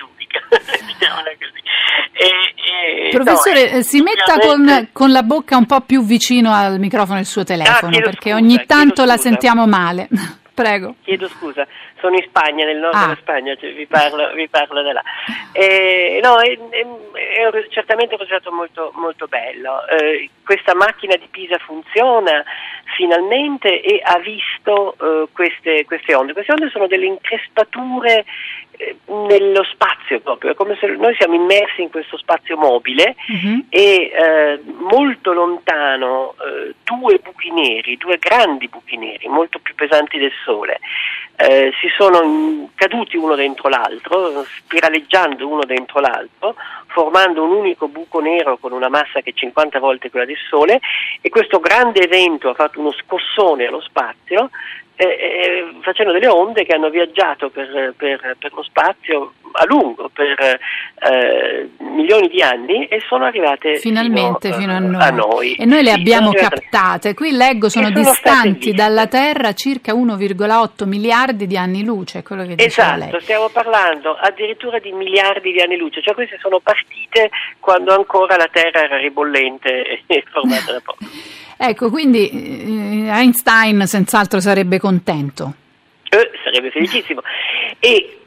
diciamola così. Professore, si metta con la bocca un po' più vicino al microfono del suo telefono, perché ogni tanto la sentiamo male. Prego. Chiedo scusa, sono in Spagna, nel nord della Spagna, cioè vi parlo da là. No, è certamente un risultato molto, molto bello. Questa macchina di Pisa funziona finalmente e ha visto queste onde. Queste onde sono delle increspature nello spazio proprio, è come se noi siamo immersi in questo spazio mobile e molto lontano due grandi buchi neri molto più pesanti del Sole si sono caduti uno dentro l'altro, spiraleggiando uno dentro l'altro, formando un unico buco nero con una massa che è 50 volte quella del Sole, e questo grande evento ha fatto uno scossone allo spazio facendo delle onde che hanno viaggiato per lo spazio a lungo, per milioni di anni, e sono arrivate finalmente fino a noi. E noi le abbiamo captate. Qui leggo sono distanti dalla Terra circa 1,8 miliardi di anni luce, quello che diceva lei. Esatto, stiamo parlando addirittura di miliardi di anni luce, cioè queste sono partite quando ancora la Terra era ribollente e formata da poco. Ecco, quindi Einstein senz'altro sarebbe contento. Sarebbe felicissimo. E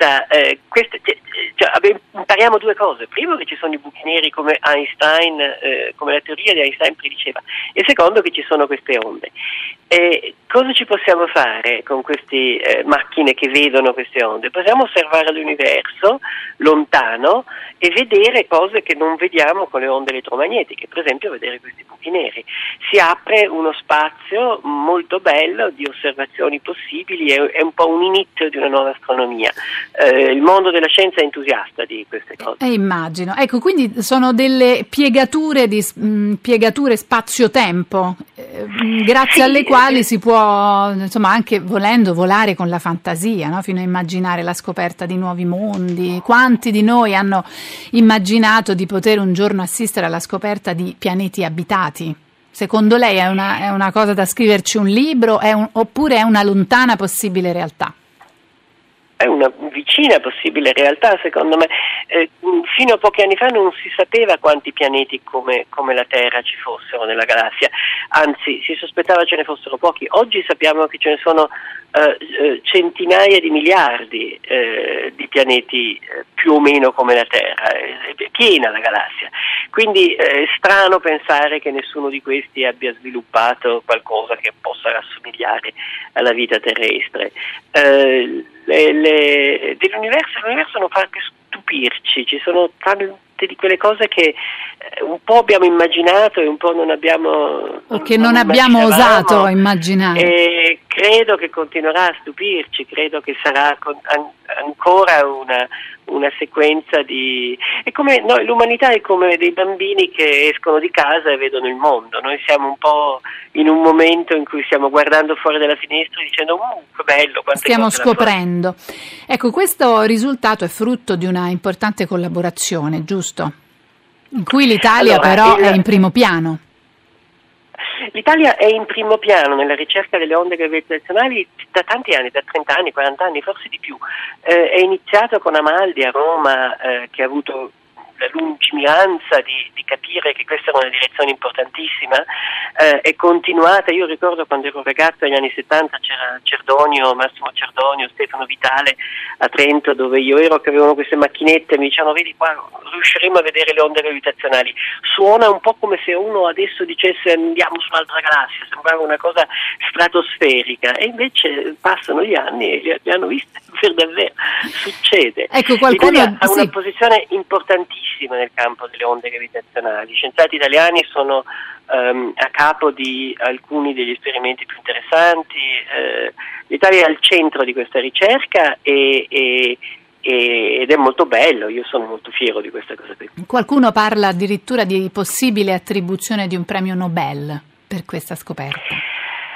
impariamo due cose: primo, che ci sono i buchi neri come Einstein, come la teoria di Einstein prediceva, e secondo, che ci sono queste onde. Cosa ci possiamo fare con queste macchine che vedono queste onde? Possiamo osservare l'universo lontano e vedere cose che non vediamo con le onde elettromagnetiche, per esempio vedere questi buchi neri. Si apre uno spazio molto bello di osservazioni possibili, è un po' un inizio di una nuova astronomia. Il mondo della scienza è entusiasta di queste cose. Immagino. Ecco, quindi sono delle piegature spazio-tempo, grazie alle quali si può, insomma, anche volendo volare con la fantasia, no? Fino a immaginare la scoperta di nuovi mondi. Quanti di noi hanno immaginato di poter un giorno assistere alla scoperta di pianeti abitati? Secondo lei è una cosa da scriverci un libro, oppure è una lontana possibile realtà? È una vicina possibile realtà, secondo me. Fino a pochi anni fa non si sapeva quanti pianeti come la Terra ci fossero nella galassia, anzi si sospettava ce ne fossero pochi. Oggi sappiamo che ce ne sono centinaia di miliardi di pianeti più o meno come la Terra, è piena la galassia. Quindi è strano pensare che nessuno di questi abbia sviluppato qualcosa che possa rassomigliare alla vita terrestre. L'universo non fa che stupirci, ci sono tante di quelle cose che un po' abbiamo immaginato e un po' non abbiamo osato immaginare. E credo che continuerà a stupirci, credo che sarà ancora una sequenza di... È come noi, l'umanità è come dei bambini che escono di casa e vedono il mondo. Noi siamo un po' in un momento in cui stiamo guardando fuori dalla finestra e dicendo che bello, quante stiamo scoprendo. Ecco, questo risultato è frutto di una importante collaborazione, giusto? In cui l'Italia è in primo piano. L'Italia è in primo piano nella ricerca delle onde gravitazionali da tanti anni, da 30 anni, 40 anni, forse di più. È iniziato con Amaldi a Roma, che ha avuto la lungimiranza di capire che questa era una direzione importantissima, è continuata. Io ricordo quando ero ragazzo negli anni 70 c'era Massimo Cerdonio, Stefano Vitale a Trento, dove io ero, che avevano queste macchinette, mi dicevano: vedi qua, riusciremo a vedere le onde gravitazionali. Suona un po' come se uno adesso dicesse andiamo su un'altra galassia, sembrava una cosa stratosferica, e invece passano gli anni e li hanno viste per davvero, succede. Ecco, qualcuno ha una posizione importantissima nel campo delle onde gravitazionali. Gli scienziati italiani sono a capo di alcuni degli esperimenti più interessanti. L'Italia è al centro di questa ricerca ed è molto bello, io sono molto fiero di questa cosa qui. Qualcuno parla addirittura di possibile attribuzione di un premio Nobel per questa scoperta.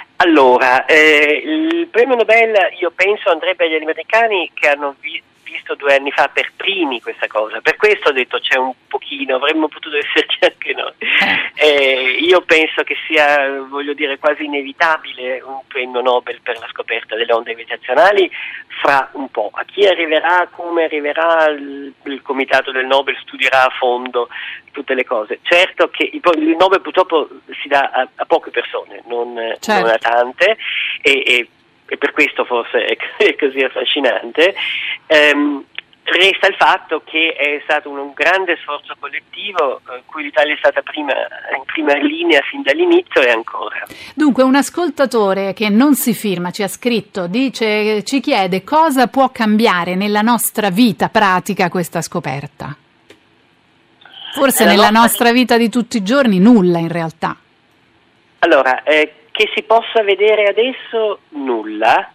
Allora, il premio Nobel io penso andrebbe agli americani, che hanno visto detto 2 anni fa per primi questa cosa, per questo ho detto c'è un pochino, avremmo potuto esserci anche noi. Io penso che sia, voglio dire, quasi inevitabile un premio Nobel per la scoperta delle onde gravitazionali fra un po'. A chi arriverà, come arriverà, il comitato del Nobel studierà a fondo tutte le cose. Certo che il Nobel purtroppo si dà a poche persone, non a tante, e per questo forse è così affascinante. Resta il fatto che è stato un grande sforzo collettivo, cui l'Italia è stata in prima linea fin dall'inizio e ancora. Dunque, un ascoltatore che non si firma ci ha scritto, ci chiede cosa può cambiare nella nostra vita pratica questa scoperta. Forse nella nostra vita di tutti i giorni nulla in realtà. Allora, che si possa vedere adesso nulla,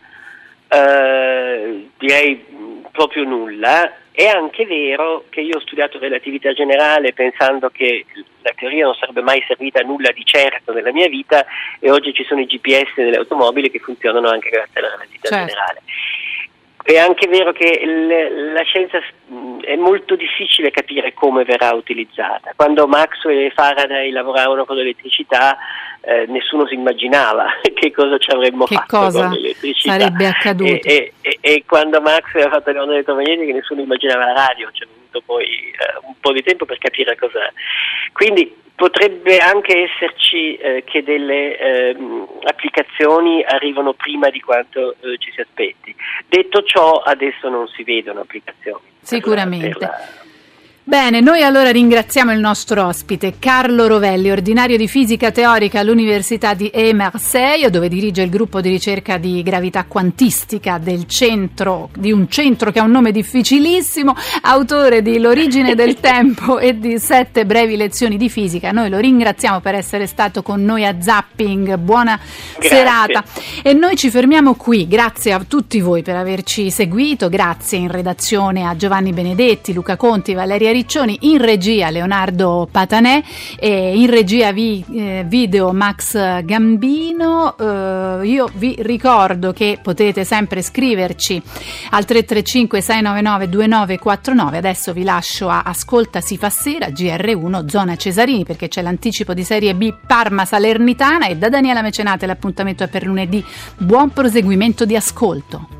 direi proprio nulla. È anche vero che io ho studiato relatività generale pensando che la teoria non sarebbe mai servita a nulla di certo nella mia vita, e oggi ci sono i GPS nelle automobili che funzionano anche grazie alla relatività generale. È anche vero che la scienza è molto difficile capire come verrà utilizzata. Quando Maxwell e Faraday lavoravano con l'elettricità, nessuno si immaginava che cosa ci avremmo fatto con l'elettricità. Sarebbe accaduto. E quando Maxwell ha fatto le onde elettromagnetiche, nessuno immaginava la radio. C'è voluto poi un po' di tempo per capire cosa. Quindi potrebbe anche esserci che delle applicazioni arrivano prima di quanto ci si aspetti. Detto ciò, adesso non si vedono applicazioni. Sicuramente. Bene, noi allora ringraziamo il nostro ospite Carlo Rovelli, ordinario di fisica teorica all'Università di Marseille, dove dirige il gruppo di ricerca di gravità quantistica di un centro che ha un nome difficilissimo, autore di L'origine del tempo e di 7 brevi lezioni di fisica. Noi lo ringraziamo per essere stato con noi a Zapping, buona serata. E noi ci fermiamo qui, grazie a tutti voi per averci seguito, grazie in redazione a Giovanni Benedetti, Luca Conti, Valeria Riccioni, in regia Leonardo Patanè, e in regia video Max Gambino. Io vi ricordo che potete sempre scriverci al 335 699 2949. Adesso vi lascio a Ascolta si fa sera, GR1 Zona Cesarini, perché c'è l'anticipo di Serie B Parma Salernitana, e da Daniela Mecenate l'appuntamento è per lunedì. Buon proseguimento di ascolto.